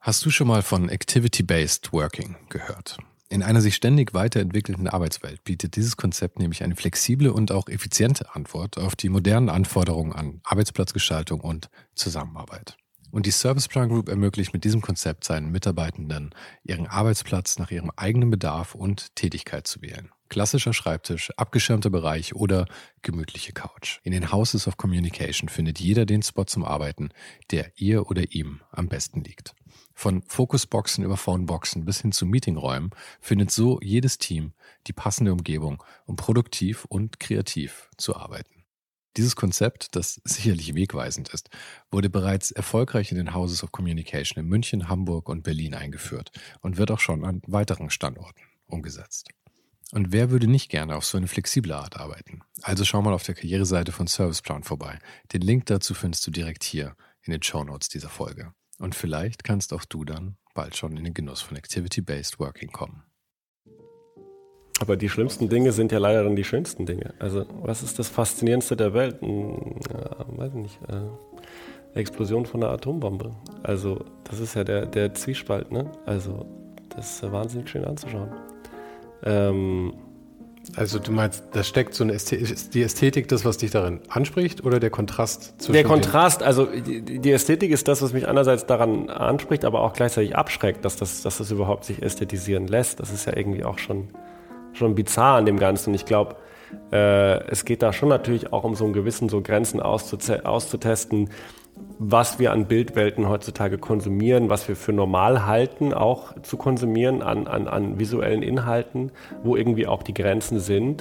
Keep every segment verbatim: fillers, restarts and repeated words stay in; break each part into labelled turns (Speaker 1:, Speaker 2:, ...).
Speaker 1: Hast du schon mal von Activity-Based Working gehört? In einer sich ständig weiterentwickelnden Arbeitswelt bietet dieses Konzept nämlich eine flexible und auch effiziente Antwort auf die modernen Anforderungen an Arbeitsplatzgestaltung und Zusammenarbeit. Und die Serviceplan Group ermöglicht mit diesem Konzept seinen Mitarbeitenden, ihren Arbeitsplatz nach ihrem eigenen Bedarf und Tätigkeit zu wählen. Klassischer Schreibtisch, abgeschirmter Bereich oder gemütliche Couch. In den Houses of Communication findet jeder den Spot zum Arbeiten, der ihr oder ihm am besten liegt. Von Fokusboxen über Phoneboxen bis hin zu Meetingräumen findet so jedes Team die passende Umgebung, um produktiv und kreativ zu arbeiten. Dieses Konzept, das sicherlich wegweisend ist, wurde bereits erfolgreich in den Houses of Communication in München, Hamburg und Berlin eingeführt und wird auch schon an weiteren Standorten umgesetzt. Und wer würde nicht gerne auf so eine flexible Art arbeiten? Also schau mal auf der Karriereseite von Serviceplan vorbei. Den Link dazu findest du direkt hier in den Shownotes dieser Folge. Und vielleicht kannst auch du dann bald schon in den Genuss von Activity-Based Working kommen.
Speaker 2: Aber die schlimmsten Dinge sind ja leider dann die schönsten Dinge. Also was ist das Faszinierendste der Welt? Hm, ja, weiß nicht. Äh, Explosion von einer Atombombe. Also das ist ja der, der Zwiespalt, ne? Also das ist ja wahnsinnig schön anzuschauen. Ähm,
Speaker 3: also du meinst, da steckt so eine Ästhetik, ist die Ästhetik das, was dich darin anspricht, oder der Kontrast zwischen
Speaker 2: Der Kontrast, also die, die Ästhetik ist das, was mich einerseits daran anspricht, aber auch gleichzeitig abschreckt, dass das, dass das überhaupt sich ästhetisieren lässt. Das ist ja irgendwie auch schon, schon bizarr an dem Ganzen. Und ich glaube, äh, es geht da schon natürlich auch um so einen gewissen so Grenzen auszute- auszutesten, was wir an Bildwelten heutzutage konsumieren, was wir für normal halten, auch zu konsumieren an, an, an visuellen Inhalten, wo irgendwie auch die Grenzen sind.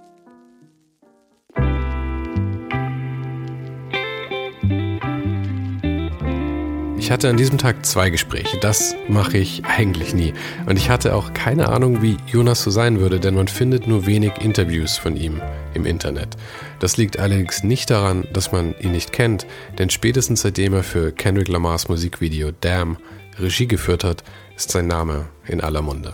Speaker 1: Ich hatte an diesem Tag zwei Gespräche. Das mache ich eigentlich nie. Und ich hatte auch keine Ahnung, wie Jonas so sein würde, denn man findet nur wenig Interviews von ihm im Internet. Das liegt allerdings nicht daran, dass man ihn nicht kennt, denn spätestens seitdem er für Kendrick Lamars Musikvideo Damn Regie geführt hat, ist sein Name in aller Munde.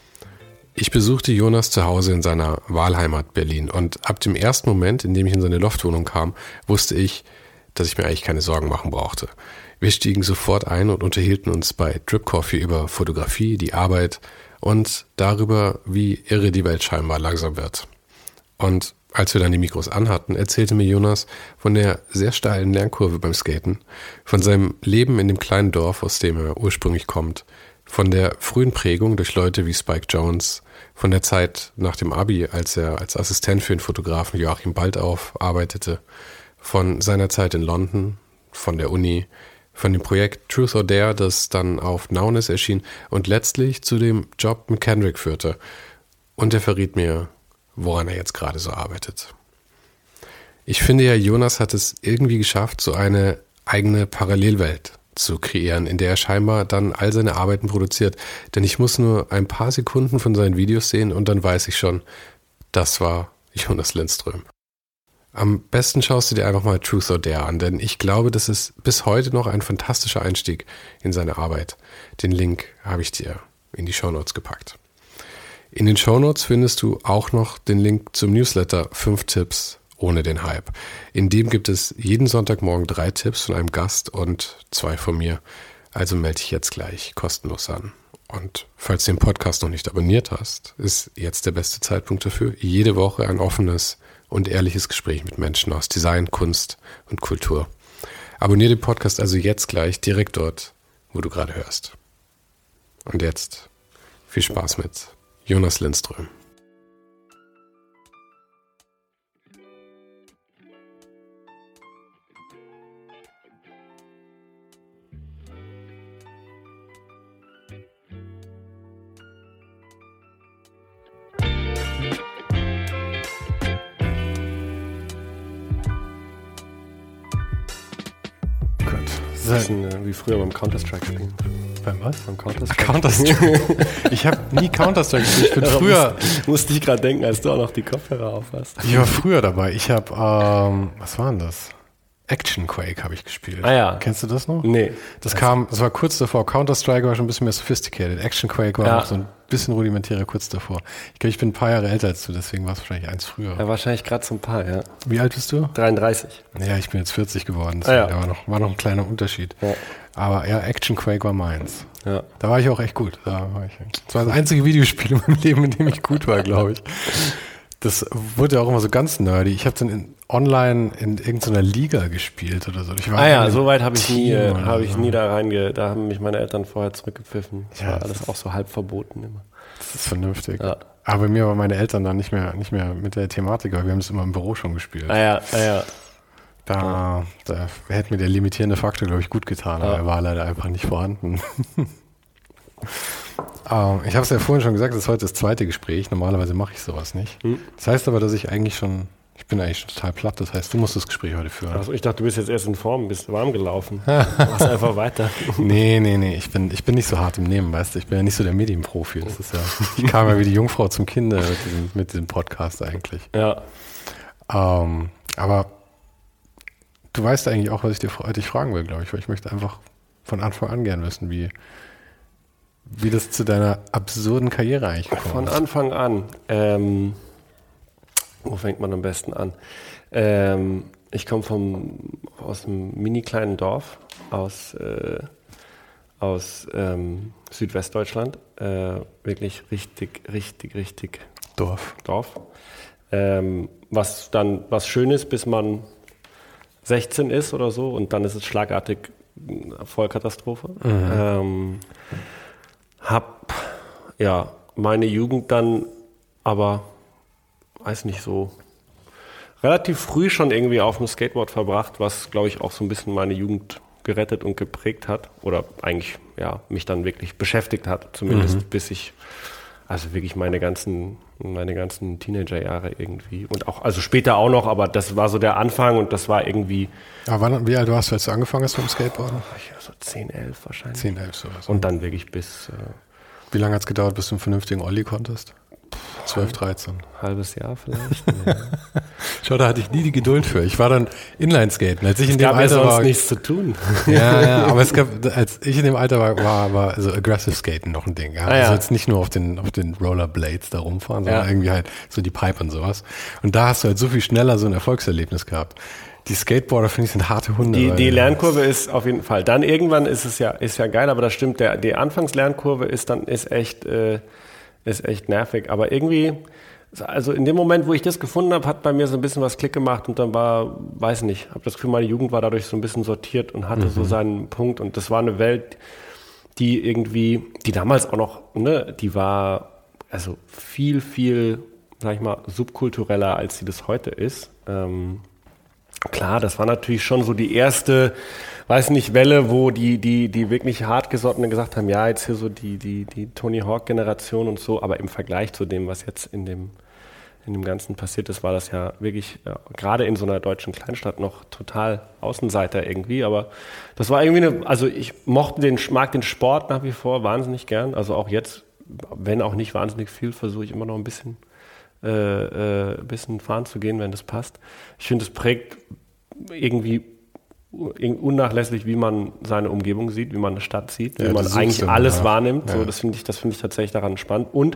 Speaker 1: Ich besuchte Jonas zu Hause in seiner Wahlheimat Berlin und ab dem ersten Moment, in dem ich in seine Loftwohnung kam, wusste ich, dass ich mir eigentlich keine Sorgen machen brauchte. Wir stiegen sofort ein und unterhielten uns bei Drip Coffee über Fotografie, die Arbeit und darüber, wie irre die Welt scheinbar langsam wird. Und als wir dann die Mikros anhatten, erzählte mir Jonas von der sehr steilen Lernkurve beim Skaten, von seinem Leben in dem kleinen Dorf, aus dem er ursprünglich kommt, von der frühen Prägung durch Leute wie Spike Jonze, von der Zeit nach dem Abi, als er als Assistent für den Fotografen Joachim Baldauf arbeitete, von seiner Zeit in London, von der Uni, von dem Projekt Truth or Dare, das dann auf Nowness erschien und letztlich zu dem Job mit Kendrick führte. Und er verriet mir, woran er jetzt gerade so arbeitet. Ich finde ja, Jonas hat es irgendwie geschafft, so eine eigene Parallelwelt zu kreieren, in der er scheinbar dann all seine Arbeiten produziert. Denn ich muss nur ein paar Sekunden von seinen Videos sehen und dann weiß ich schon, das war Jonas Lindström. Am besten schaust du dir einfach mal Truth or Dare an, denn ich glaube, das ist bis heute noch ein fantastischer Einstieg in seine Arbeit. Den Link habe ich dir in die Shownotes gepackt. In den Shownotes findest du auch noch den Link zum Newsletter fünf Tipps ohne den Hype. In dem gibt es jeden Sonntagmorgen drei Tipps von einem Gast und zwei von mir. Also melde dich jetzt gleich kostenlos an. Und falls du den Podcast noch nicht abonniert hast, ist jetzt der beste Zeitpunkt dafür. Jede Woche ein offenes und ehrliches Gespräch mit Menschen aus Design, Kunst und Kultur. Abonniere den Podcast also jetzt gleich direkt dort, wo du gerade hörst. Und jetzt viel Spaß mit Jonas Lindström.
Speaker 2: Das ist ein, wie früher beim Counter-Strike spielen.
Speaker 3: Beim was?
Speaker 2: Beim Counter-Strike.
Speaker 3: Counter-Strike. Ich habe nie Counter-Strike gespielt. Ich bin früher.
Speaker 2: Musste musst ich gerade denken, als du auch noch die Kopfhörer auf hast.
Speaker 3: Ich war früher dabei. Ich habe, ähm, was war denn das? Action Quake habe ich gespielt.
Speaker 2: Ah ja.
Speaker 3: Kennst du das noch?
Speaker 2: Nee.
Speaker 3: Das kam, das war kurz davor. Counter-Strike war schon ein bisschen mehr sophisticated. Action Quake war
Speaker 2: ja.
Speaker 3: noch so ein bisschen rudimentärer kurz davor. Ich glaube, ich bin ein paar Jahre älter als du, deswegen war es wahrscheinlich eins früher.
Speaker 2: Ja, wahrscheinlich gerade so ein paar, ja.
Speaker 3: Wie alt bist du?
Speaker 2: dreiunddreißig.
Speaker 3: Ja, ich bin jetzt vierzig geworden.
Speaker 2: Ah, ja.
Speaker 3: Da war noch, war noch ein kleiner Unterschied.
Speaker 2: Ja.
Speaker 3: Aber ja, Action Quake war meins.
Speaker 2: Ja.
Speaker 3: Da war ich auch echt gut. Da war ich, das war das einzige Videospiel in meinem Leben, in dem ich gut war, glaube ich. Das wurde ja auch immer so ganz nerdy. Ich habe dann in, online in irgendeiner Liga gespielt oder so. Ich war
Speaker 2: ah ja, so weit habe ich nie, äh,
Speaker 3: oder
Speaker 2: habe ich
Speaker 3: so.
Speaker 2: nie da reinge... Da haben mich meine Eltern vorher zurückgepfiffen. Das
Speaker 3: Ja,
Speaker 2: war
Speaker 3: das
Speaker 2: alles auch so halb verboten immer.
Speaker 3: Das ist vernünftig.
Speaker 2: Ja.
Speaker 3: Aber bei mir waren meine Eltern dann nicht mehr, nicht mehr mit der Thematik, aber wir haben es immer im Büro schon gespielt.
Speaker 2: Ah ja, ah ja.
Speaker 3: Da, da hätte mir der limitierende Faktor, glaube ich, gut getan, aber
Speaker 2: Ja.
Speaker 3: er war leider einfach nicht vorhanden. ähm, ich habe es ja vorhin schon gesagt, das ist heute das zweite Gespräch. Normalerweise mache ich sowas nicht.
Speaker 2: Hm.
Speaker 3: Das heißt aber, dass ich eigentlich schon, ich bin eigentlich schon total platt. Das heißt, du musst das Gespräch heute führen.
Speaker 2: Also ich dachte, du bist jetzt erst in Form, bist warm gelaufen. Machst einfach weiter.
Speaker 3: Nee, nee, nee, ich bin, ich bin nicht so hart im Nehmen, weißt du. Ich bin ja nicht so der Medienprofi. Das ist ja, ich kam ja wie die Jungfrau zum Kinde mit diesem, mit diesem Podcast eigentlich.
Speaker 2: Ja.
Speaker 3: Ähm, aber du weißt eigentlich auch, was ich dir dich fragen will, glaube ich, weil ich möchte einfach von Anfang an gern wissen, wie, wie das zu deiner absurden Karriere eigentlich gekommen
Speaker 2: Von
Speaker 3: ist.
Speaker 2: Anfang an. Ähm, wo fängt man am besten an? Ähm, ich komme vom aus einem mini kleinen Dorf aus, äh, aus ähm, Südwestdeutschland. Äh, wirklich richtig, richtig, richtig
Speaker 3: Dorf.
Speaker 2: Dorf. Ähm, was dann was schön ist, bis man sechzehn ist oder so und dann ist es schlagartig eine Vollkatastrophe. Mhm. Ähm, hab ja meine Jugend dann aber, weiß nicht, so relativ früh schon irgendwie auf dem Skateboard verbracht, was glaube ich auch so ein bisschen meine Jugend gerettet und geprägt hat oder eigentlich ja mich dann wirklich beschäftigt hat, zumindest mhm. bis ich also wirklich meine ganzen, meine ganzen Teenagerjahre irgendwie. Und auch, also später auch noch, aber das war so der Anfang und das war irgendwie.
Speaker 3: Aber wann, wie alt warst du, als du angefangen hast mit dem Skateboarden?
Speaker 2: So zehn, elf wahrscheinlich.
Speaker 3: zehn, elf sowas.
Speaker 2: Und dann wirklich bis. Äh,
Speaker 3: wie lange hat es gedauert, bis du einen vernünftigen Olli konntest? zwölf, dreizehn.
Speaker 2: Halbes Jahr vielleicht. Ja.
Speaker 3: Schau, da hatte ich nie die Geduld für. Ich war dann Inline-Skaten. Als ich in
Speaker 2: es
Speaker 3: dem
Speaker 2: gab
Speaker 3: Alter
Speaker 2: ja sonst
Speaker 3: war,
Speaker 2: nichts zu tun.
Speaker 3: Ja, ja, aber es gab, als ich in dem Alter war, war, war so Aggressive Skaten noch ein Ding. Ja?
Speaker 2: Ah,
Speaker 3: also
Speaker 2: ja.
Speaker 3: jetzt nicht nur auf den, auf den Rollerblades da rumfahren, sondern
Speaker 2: Ja.
Speaker 3: irgendwie halt so die Pipe und sowas. Und da hast du halt so viel schneller so ein Erfolgserlebnis gehabt. Die Skateboarder, finde ich, sind harte Hunde.
Speaker 2: Die,
Speaker 3: weil-
Speaker 2: die Lernkurve ist auf jeden Fall. Dann irgendwann ist es ja, ist ja geil, aber das stimmt. Der, die Anfangslernkurve ist dann, ist echt, äh, ist echt nervig. Aber irgendwie, also in dem Moment, wo ich das gefunden habe, hat bei mir so ein bisschen was Klick gemacht und dann war, weiß nicht, habe das Gefühl, meine Jugend war dadurch so ein bisschen sortiert und hatte mhm. so seinen Punkt und das war eine Welt, die irgendwie, die damals auch noch, ne, die war also viel, viel, sag ich mal, subkultureller, als sie das heute ist. Ähm, klar, das war natürlich schon so die erste, weiß nicht, Welle, wo die, die, die wirklich hartgesottenen gesagt haben, ja, jetzt hier so die, die, die Tony Hawk-Generation und so, aber im Vergleich zu dem, was jetzt in dem, in dem Ganzen passiert ist, war das ja wirklich, ja, gerade in so einer deutschen Kleinstadt noch total Außenseiter irgendwie, aber das war irgendwie eine, also ich mochte den, mag den Sport nach wie vor wahnsinnig gern, also auch jetzt, wenn auch nicht wahnsinnig viel, versuche ich immer noch ein bisschen, äh, äh, ein bisschen fahren zu gehen, wenn das passt. Ich finde, es prägt irgendwie unnachlässig, wie man seine Umgebung sieht, wie man eine Stadt sieht, wie
Speaker 3: Ja,
Speaker 2: man
Speaker 3: das
Speaker 2: eigentlich
Speaker 3: suchst du,
Speaker 2: alles
Speaker 3: ja.
Speaker 2: wahrnimmt. So,
Speaker 3: Ja.
Speaker 2: das finde ich, das finde ich tatsächlich daran spannend. Und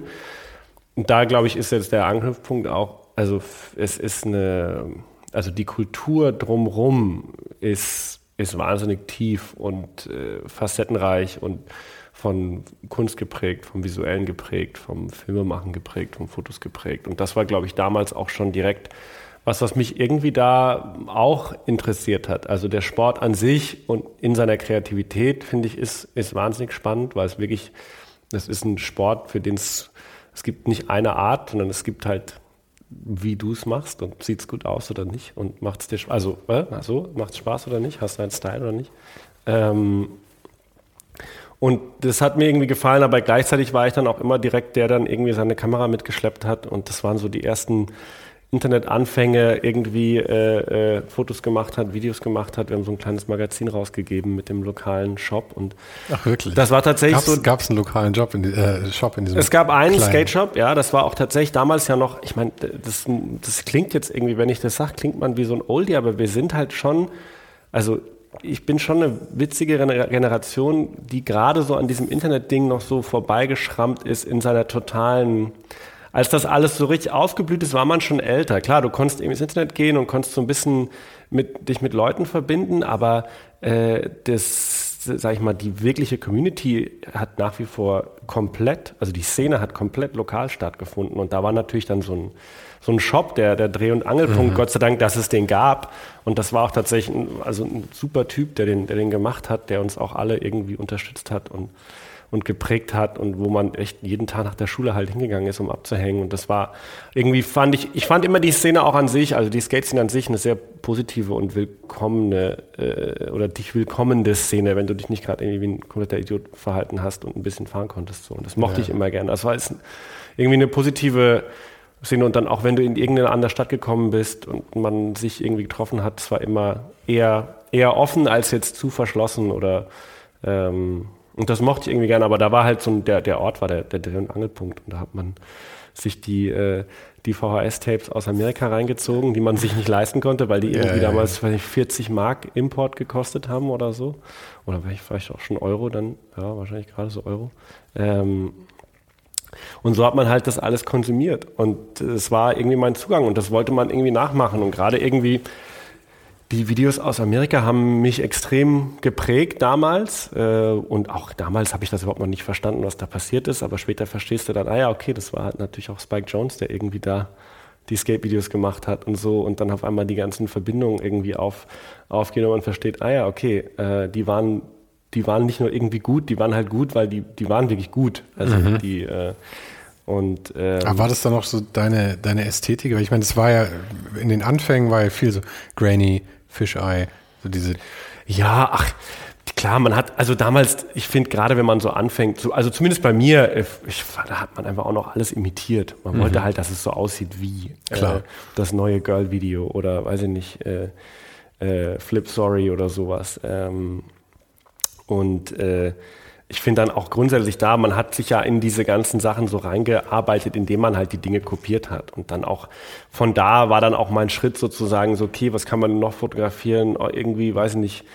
Speaker 2: da, glaube ich, ist jetzt der Anknüpfpunkt auch, also es ist eine, also die Kultur drumrum ist, ist wahnsinnig tief und äh, facettenreich und von Kunst geprägt, vom Visuellen geprägt, vom Filmemachen geprägt, vom Fotos geprägt. Und das war, glaube ich, damals auch schon direkt was, was mich irgendwie da auch interessiert hat. Also der Sport an sich und in seiner Kreativität, finde ich, ist, ist wahnsinnig spannend, weil es wirklich, das ist ein Sport, für den es, es gibt nicht eine Art, sondern es gibt halt, wie du es machst und sieht es gut aus oder nicht und macht es dir, also, äh, so, macht es Spaß oder nicht, hast du einen Style oder nicht. Ähm, und das hat mir irgendwie gefallen, aber gleichzeitig war ich dann auch immer direkt der, der dann irgendwie seine Kamera mitgeschleppt hat und das waren so die ersten Internetanfänge, irgendwie äh, äh, Fotos gemacht hat, Videos gemacht hat. Wir haben so ein kleines Magazin rausgegeben mit dem lokalen Shop und
Speaker 3: Ach wirklich?
Speaker 2: das war tatsächlich
Speaker 3: Gab's,
Speaker 2: so.
Speaker 3: Gab es einen lokalen Job in die, äh, Shop in diesem
Speaker 2: Es gab einen
Speaker 3: kleinen-
Speaker 2: Skate-Shop, ja, das war auch tatsächlich damals ja noch, ich meine, das, das klingt jetzt irgendwie, wenn ich das sage, klingt man wie so ein Oldie, aber wir sind halt schon, also ich bin schon eine witzige Generation, die gerade so an diesem Internet-Ding noch so vorbeigeschrammt ist in seiner totalen, als das alles so richtig aufgeblüht ist, war man schon älter. Klar, du konntest eben ins Internet gehen und konntest so ein bisschen mit, dich mit Leuten verbinden, aber äh, das sag ich mal, die wirkliche Community hat nach wie vor komplett, also die Szene hat komplett lokal stattgefunden. Und da war natürlich dann so ein, so ein Shop, der, der Dreh- und Angelpunkt, mhm. Gott sei Dank, dass es den gab. Und das war auch tatsächlich ein, also ein super Typ, der den, der den gemacht hat, der uns auch alle irgendwie unterstützt hat und und geprägt hat und wo man echt jeden Tag nach der Schule halt hingegangen ist, um abzuhängen. Und das war irgendwie, fand ich, ich fand immer die Szene auch an sich, also die Skate-Szene an sich, eine sehr positive und willkommene äh, oder dich willkommende Szene, wenn du dich nicht gerade irgendwie wie ein kompletter Idiot verhalten hast und ein bisschen fahren konntest. So. Und das mochte ja. ich immer gerne. Das war jetzt irgendwie eine positive Szene. Und dann auch, wenn du in irgendeine andere Stadt gekommen bist und man sich irgendwie getroffen hat, es war immer eher, eher offen als jetzt zu verschlossen oder ähm, und das mochte ich irgendwie gerne, aber da war halt so ein, der, der Ort war der, der Dreh- und Angelpunkt. Und da hat man sich die, äh, die V H S-Tapes aus Amerika reingezogen, die man sich nicht leisten konnte, weil die irgendwie ja, ja, damals weiß ich, vierzig Mark Import gekostet haben oder so. Oder vielleicht auch schon Euro dann, ja, wahrscheinlich gerade so Euro. Ähm, und so hat man halt das alles konsumiert. Und es war irgendwie mein Zugang und das wollte man irgendwie nachmachen. Und gerade irgendwie die Videos aus Amerika haben mich extrem geprägt damals äh, und auch damals habe ich das überhaupt noch nicht verstanden, was da passiert ist, aber später verstehst du dann, ah ja, okay, das war halt natürlich auch Spike Jonze, der irgendwie da die Skate-Videos gemacht hat und so und dann auf einmal die ganzen Verbindungen irgendwie auf, aufgehen und man versteht, ah ja, okay, äh, die waren die waren nicht nur irgendwie gut, die waren halt gut, weil die die waren wirklich gut, also mhm. die äh, und ähm,
Speaker 3: aber war das dann auch so deine deine Ästhetik? Weil ich meine, das war ja in den Anfängen war ja viel so grainy, Fisheye, so diese.
Speaker 2: Ja, ach, klar, man hat, also damals, ich finde gerade, wenn man so anfängt, so, also zumindest bei mir, ich, da hat man einfach auch noch alles imitiert. Man mhm. wollte halt, dass es so aussieht wie
Speaker 3: klar.
Speaker 2: Äh, das neue Girl-Video oder, weiß ich nicht, äh, äh, Flip Sorry oder sowas. Ähm, und äh, ich finde dann auch grundsätzlich da, man hat sich ja in diese ganzen Sachen so reingearbeitet, indem man halt die Dinge kopiert hat. Und dann auch von da war dann auch mein Schritt sozusagen so, okay, was kann man noch fotografieren? Irgendwie, weiß ich nicht,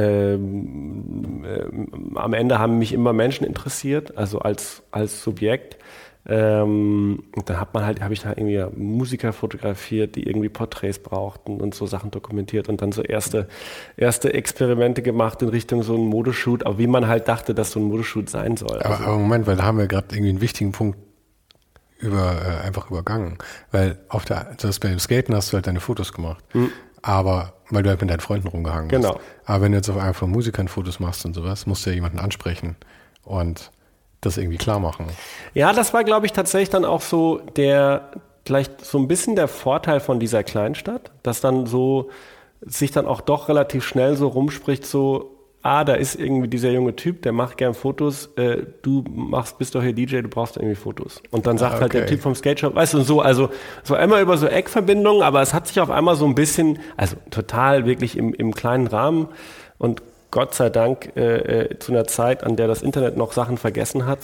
Speaker 2: ähm, äh, am Ende haben mich immer Menschen interessiert, also als, als Subjekt. Ähm, und dann hat man halt, habe ich da irgendwie Musiker fotografiert, die irgendwie Porträts brauchten und so Sachen dokumentiert und dann so erste, erste Experimente gemacht in Richtung so ein Modeshoot, aber wie man halt dachte, dass so ein Modeshoot sein soll.
Speaker 3: Aber,
Speaker 2: also,
Speaker 3: aber Moment, weil da haben wir gerade irgendwie einen wichtigen Punkt über, äh, einfach übergangen, weil auf der, das bei dem Skaten hast du halt deine Fotos gemacht, mhm. aber weil du halt mit deinen Freunden rumgehangen
Speaker 2: genau.
Speaker 3: bist. Aber wenn du jetzt auf einmal von Musikern Fotos machst und sowas, musst du ja jemanden ansprechen und das irgendwie klar machen.
Speaker 2: Ja, das war, glaube ich, tatsächlich dann auch so der, vielleicht so ein bisschen der Vorteil von dieser Kleinstadt, dass dann so sich dann auch doch relativ schnell so rumspricht, so, ah, da ist irgendwie dieser junge Typ, der macht gern Fotos, äh, du machst, bist doch hier D J, du brauchst irgendwie Fotos. Und dann sagt ah, okay. halt der Typ vom Skate Shop, weißt du, so, also so einmal über so Eckverbindungen, aber es hat sich auf einmal so ein bisschen, also total wirklich im, im kleinen Rahmen und Gott sei Dank äh, äh, zu einer Zeit, an der das Internet noch Sachen vergessen hat.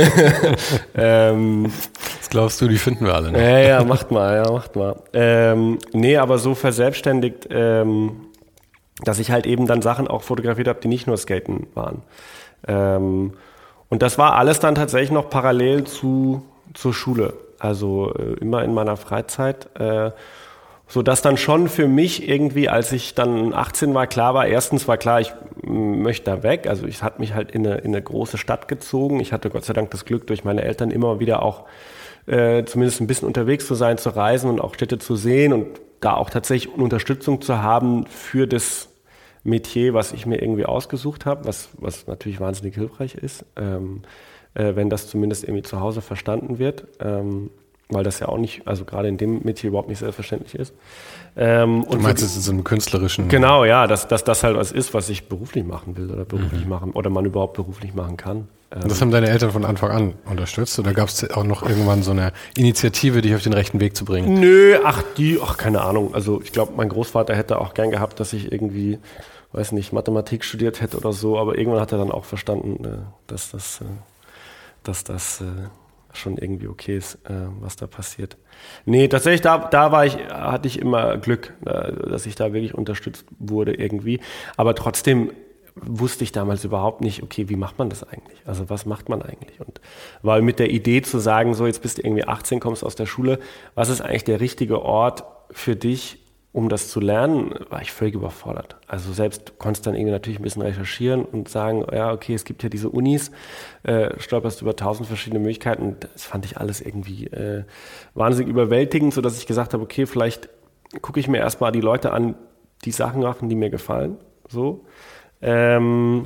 Speaker 2: ähm,
Speaker 3: das glaubst du, die finden wir alle noch.
Speaker 2: Ja, ja, macht mal, ja, macht mal. Ähm, nee, aber so verselbstständigt, ähm, dass ich halt eben dann Sachen auch fotografiert habe, die nicht nur Skaten waren. Ähm, und das war alles dann tatsächlich noch parallel zu zur Schule. Also äh, immer in meiner Freizeit. Äh, so dass dann schon für mich irgendwie, als ich dann achtzehn war, klar war, erstens war klar, ich möchte da weg. Also ich hatte mich halt in eine, in eine große Stadt gezogen. Ich hatte Gott sei Dank das Glück, durch meine Eltern immer wieder auch äh, zumindest ein bisschen unterwegs zu sein, zu reisen und auch Städte zu sehen und da auch tatsächlich Unterstützung zu haben für das Metier, was ich mir irgendwie ausgesucht habe, was, was natürlich wahnsinnig hilfreich ist, ähm, äh, wenn das zumindest irgendwie zu Hause verstanden wird. Ähm, weil das ja auch nicht, also gerade in dem Metier überhaupt nicht selbstverständlich ist. Ähm,
Speaker 3: du meinst, es so, ist in so einem künstlerischen...
Speaker 2: Genau, ja, dass, dass das halt was ist, was ich beruflich machen will oder beruflich mhm. machen oder man überhaupt beruflich machen kann.
Speaker 3: Ähm, das haben deine Eltern von Anfang an unterstützt oder gab es auch noch irgendwann so eine Initiative, dich auf den rechten Weg zu bringen?
Speaker 2: Nö, ach die, ach keine Ahnung. Also ich glaube, mein Großvater hätte auch gern gehabt, dass ich irgendwie, weiß nicht, Mathematik studiert hätte oder so, aber irgendwann hat er dann auch verstanden, dass das, dass das schon irgendwie okay ist, äh, was da passiert. Nee, tatsächlich, da, da war ich, hatte ich immer Glück, äh, dass ich da wirklich unterstützt wurde irgendwie. Aber trotzdem wusste ich damals überhaupt nicht, okay, wie macht man das eigentlich? Also was macht man eigentlich? Und war mit der Idee zu sagen, so jetzt bist du irgendwie achtzehn, kommst aus der Schule, was ist eigentlich der richtige Ort für dich, um das zu lernen, war ich völlig überfordert. Also selbst konntest dann irgendwie natürlich ein bisschen recherchieren und sagen, ja, okay, es gibt ja diese Unis, äh, stolperst über tausend verschiedene Möglichkeiten. Und das fand ich alles irgendwie äh, wahnsinnig überwältigend, sodass ich gesagt habe, okay, vielleicht gucke ich mir erstmal die Leute an, die Sachen machen, die mir gefallen. So. Ähm,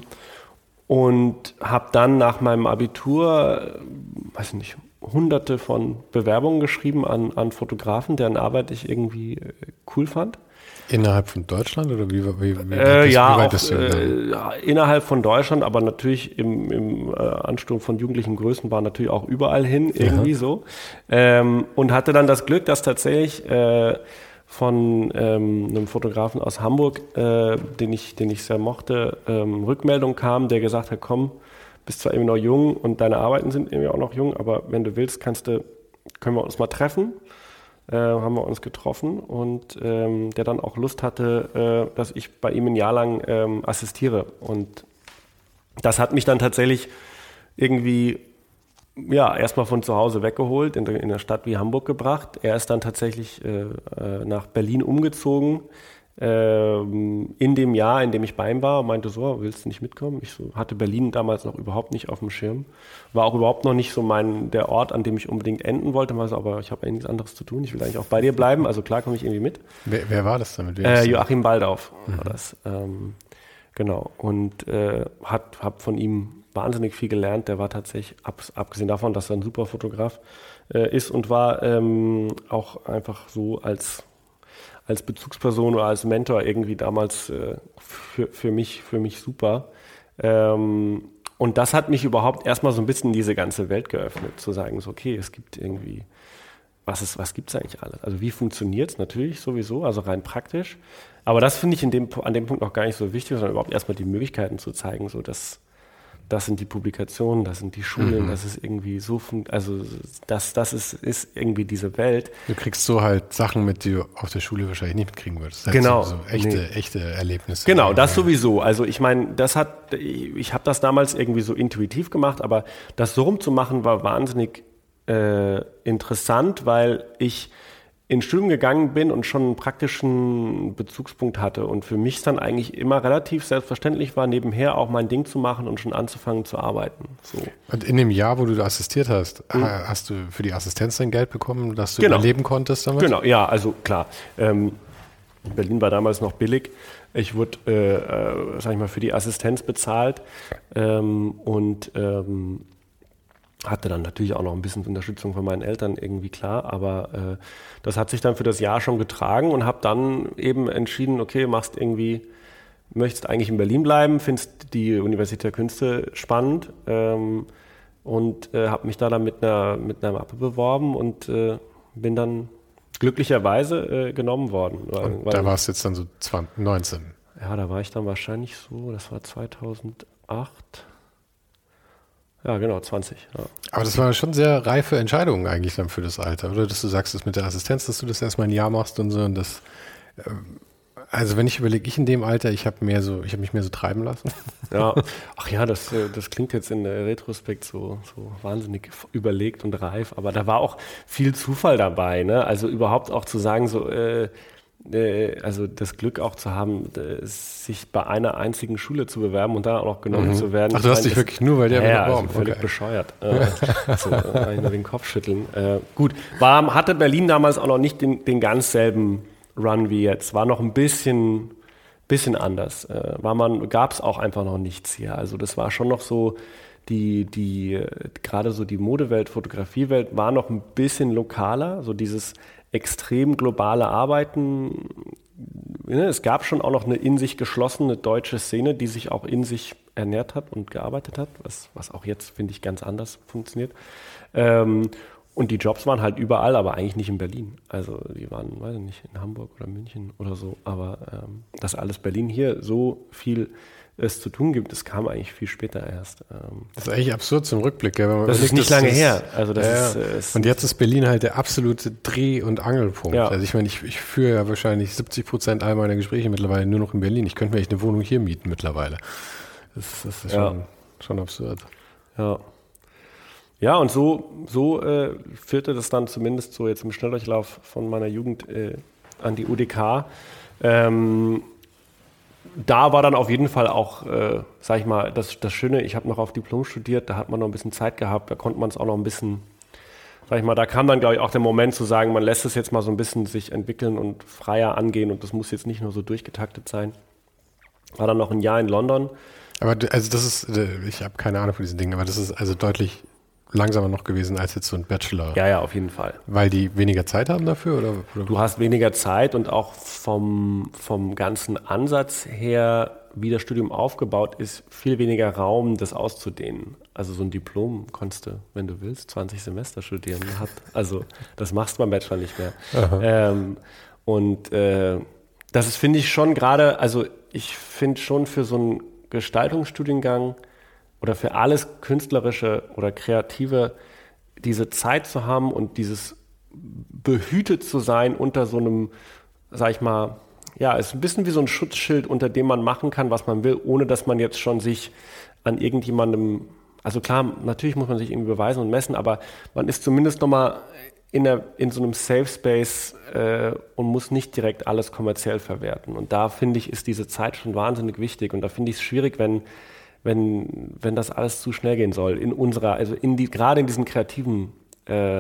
Speaker 2: und habe dann nach meinem Abitur, äh, weiß ich nicht, hunderte von Bewerbungen geschrieben an, an Fotografen, deren Arbeit ich irgendwie äh, cool fand.
Speaker 3: Innerhalb von Deutschland oder wie, wie, wie,
Speaker 2: äh,
Speaker 3: bist,
Speaker 2: ja,
Speaker 3: wie weit
Speaker 2: auch,
Speaker 3: bist du
Speaker 2: äh, ja, innerhalb von Deutschland, aber natürlich im, im äh, Ansturm von jugendlichen Größen war natürlich auch überall hin, irgendwie ja. so. Ähm, und hatte dann das Glück, dass tatsächlich äh, von ähm, einem Fotografen aus Hamburg, äh, den ich, den ich sehr mochte, ähm, Rückmeldung kam, der gesagt hat, komm, bist zwar irgendwie noch jung und deine Arbeiten sind irgendwie auch noch jung, aber wenn du willst, kannst du, können wir uns mal treffen. Äh, haben wir uns getroffen und ähm, der dann auch Lust hatte, äh, dass ich bei ihm ein Jahr lang ähm, assistiere. Und das hat mich dann tatsächlich irgendwie ja, erstmal von zu Hause weggeholt, in, in eine Stadt wie Hamburg gebracht. Er ist dann tatsächlich äh, nach Berlin umgezogen. In dem Jahr, in dem ich bei ihm war, meinte so, willst du nicht mitkommen? Ich so, hatte Berlin damals noch überhaupt nicht auf dem Schirm. War auch überhaupt noch nicht so mein, der Ort, an dem ich unbedingt enden wollte. Also, aber ich habe eigentlich nichts anderes zu tun. Ich will eigentlich auch bei dir bleiben. Also klar komme ich irgendwie mit.
Speaker 3: Wer, wer war das damit?
Speaker 2: Äh, Joachim Baldauf mhm. war das. Ähm, genau. Und äh, hat, hab von ihm wahnsinnig viel gelernt. Der war tatsächlich, ab, abgesehen davon, dass er ein super Fotograf äh, ist und war, ähm, auch einfach so als als Bezugsperson oder als Mentor irgendwie damals äh, für, für mich, für mich super. Ähm, und das hat mich überhaupt erstmal so ein bisschen in diese ganze Welt geöffnet, zu sagen, so, okay, es gibt irgendwie, was ist, was gibt's eigentlich alles? Also wie funktioniert's? Natürlich sowieso, also rein praktisch. Aber das finde ich in dem, an dem Punkt auch gar nicht so wichtig, sondern überhaupt erstmal die Möglichkeiten zu zeigen, so dass das sind die Publikationen, das sind die Schulen, mhm. das ist irgendwie so, also das, das ist, ist irgendwie diese Welt.
Speaker 3: Du kriegst so halt Sachen mit, die du auf der Schule wahrscheinlich nicht mitkriegen würdest. Das
Speaker 2: genau.
Speaker 3: So, so echte, nee. echte Erlebnisse.
Speaker 2: Genau, das sowieso. Also ich meine, das hat, ich, ich habe das damals irgendwie so intuitiv gemacht, aber das so rumzumachen war wahnsinnig äh, interessant, weil ich ins Studium gegangen bin und schon einen praktischen Bezugspunkt hatte und für mich dann eigentlich immer relativ selbstverständlich war, nebenher auch mein Ding zu machen und schon anzufangen zu arbeiten. So.
Speaker 3: Und in dem Jahr, wo du assistiert hast, mhm. hast du für die Assistenz dein Geld bekommen, dass du
Speaker 2: genau.
Speaker 3: überleben konntest damit?
Speaker 2: Genau, ja, also klar. Ähm, Berlin war damals noch billig. Ich wurde, äh, äh, sag ich mal, für die Assistenz bezahlt ähm, und ähm, hatte dann natürlich auch noch ein bisschen Unterstützung von meinen Eltern, irgendwie klar, aber äh, das hat sich dann für das Jahr schon getragen und habe dann eben entschieden, okay, machst irgendwie, möchtest eigentlich in Berlin bleiben, findest die Universität der Künste spannend ähm, und äh, habe mich da dann mit einer, mit einer Mappe beworben und äh, bin dann glücklicherweise äh, genommen worden.
Speaker 3: Weil, und da warst du jetzt dann so zwanzig, neunzehn?
Speaker 2: Ja, da war ich dann wahrscheinlich so, das war zweitausendacht. Ja, genau, zwanzig. Ja.
Speaker 3: Aber das war schon sehr reife Entscheidung eigentlich dann für das Alter, oder? Dass du sagst, das mit der Assistenz, dass du das erstmal ein Jahr machst und so. Und das, also wenn ich überlege, ich in dem Alter, ich habe mehr so, ich habe mich mehr so treiben lassen.
Speaker 2: Ja, ach ja, das, das klingt jetzt in der Retrospekt so, so wahnsinnig überlegt und reif, aber da war auch viel Zufall dabei, ne? Also überhaupt auch zu sagen, so, äh, also das Glück auch zu haben, sich bei einer einzigen Schule zu bewerben und dann auch noch genommen mhm. zu werden.
Speaker 3: Ach, du hast dich wirklich nur, weil der
Speaker 2: ja, beworben. Also völlig okay. bescheuert. Äh, so, äh, nur den Kopf schütteln. Äh, gut, war, hatte Berlin damals auch noch nicht den, den ganz selben Run wie jetzt. War noch ein bisschen, bisschen anders. Äh, war man, gab es auch einfach noch nichts hier. Also das war schon noch so, die, die, gerade so die Modewelt, Fotografiewelt war noch ein bisschen lokaler. So dieses extrem globale Arbeiten. Es gab schon auch noch eine in sich geschlossene deutsche Szene, die sich auch in sich ernährt hat und gearbeitet hat, was, was auch jetzt, finde ich, ganz anders funktioniert. Ähm, und die Jobs waren halt überall, aber eigentlich nicht in Berlin. Also die waren, weiß ich nicht, in Hamburg oder München oder so. Aber ähm, dass alles Berlin hier so viel es zu tun gibt, das kam eigentlich viel später erst.
Speaker 3: Das ist eigentlich absurd zum Rückblick. Wenn man
Speaker 2: das ist nicht lange her. Also das
Speaker 3: ja,
Speaker 2: ist, äh, ist
Speaker 3: und jetzt ist Berlin halt der absolute Dreh- und Angelpunkt. Ja. Also ich meine, ich, ich führe ja wahrscheinlich siebzig Prozent all meiner Gespräche mittlerweile nur noch in Berlin. Ich könnte mir echt eine Wohnung hier mieten mittlerweile. Das, das ist ja. schon, schon absurd.
Speaker 2: Ja. Ja, und so, so äh, führte das dann zumindest so jetzt im Schnelldurchlauf von meiner Jugend äh, an die U D K. Ähm, da war dann auf jeden Fall auch, äh, sag ich mal, das, das Schöne, ich habe noch auf Diplom studiert, da hat man noch ein bisschen Zeit gehabt, da konnte man es auch noch ein bisschen, sag ich mal, da kam dann, glaube ich, auch der Moment zu sagen, man lässt es jetzt mal so ein bisschen sich entwickeln und freier angehen und das muss jetzt nicht nur so durchgetaktet sein. War dann noch ein Jahr in London.
Speaker 3: Aber du, also das ist, ich habe keine Ahnung von diesen Dingen, aber das ist also deutlich langsamer noch gewesen als jetzt so ein Bachelor.
Speaker 2: Ja, ja, auf jeden Fall.
Speaker 3: Weil die weniger Zeit haben dafür? Oder, oder?
Speaker 2: Du hast weniger Zeit und auch vom, vom ganzen Ansatz her, wie das Studium aufgebaut ist, viel weniger Raum, das auszudehnen. Also so ein Diplom konntest du, wenn du willst, zwanzig Semester studieren. Hat, also das machst du beim Bachelor nicht mehr. Ähm, und äh, das ist, finde ich, schon gerade, also ich finde schon für so einen Gestaltungsstudiengang oder für alles Künstlerische oder Kreative diese Zeit zu haben und dieses behütet zu sein unter so einem, sag ich mal, ja, ist ein bisschen wie so ein Schutzschild, unter dem man machen kann, was man will, ohne dass man jetzt schon sich an irgendjemandem, also klar, natürlich muss man sich irgendwie beweisen und messen, aber man ist zumindest nochmal in, der, in so einem Safe Space äh, und muss nicht direkt alles kommerziell verwerten. Und da finde ich, ist diese Zeit schon wahnsinnig wichtig und da finde ich es schwierig, wenn wenn, wenn das alles zu schnell gehen soll, in unserer, also in die, gerade in diesen kreativen, äh,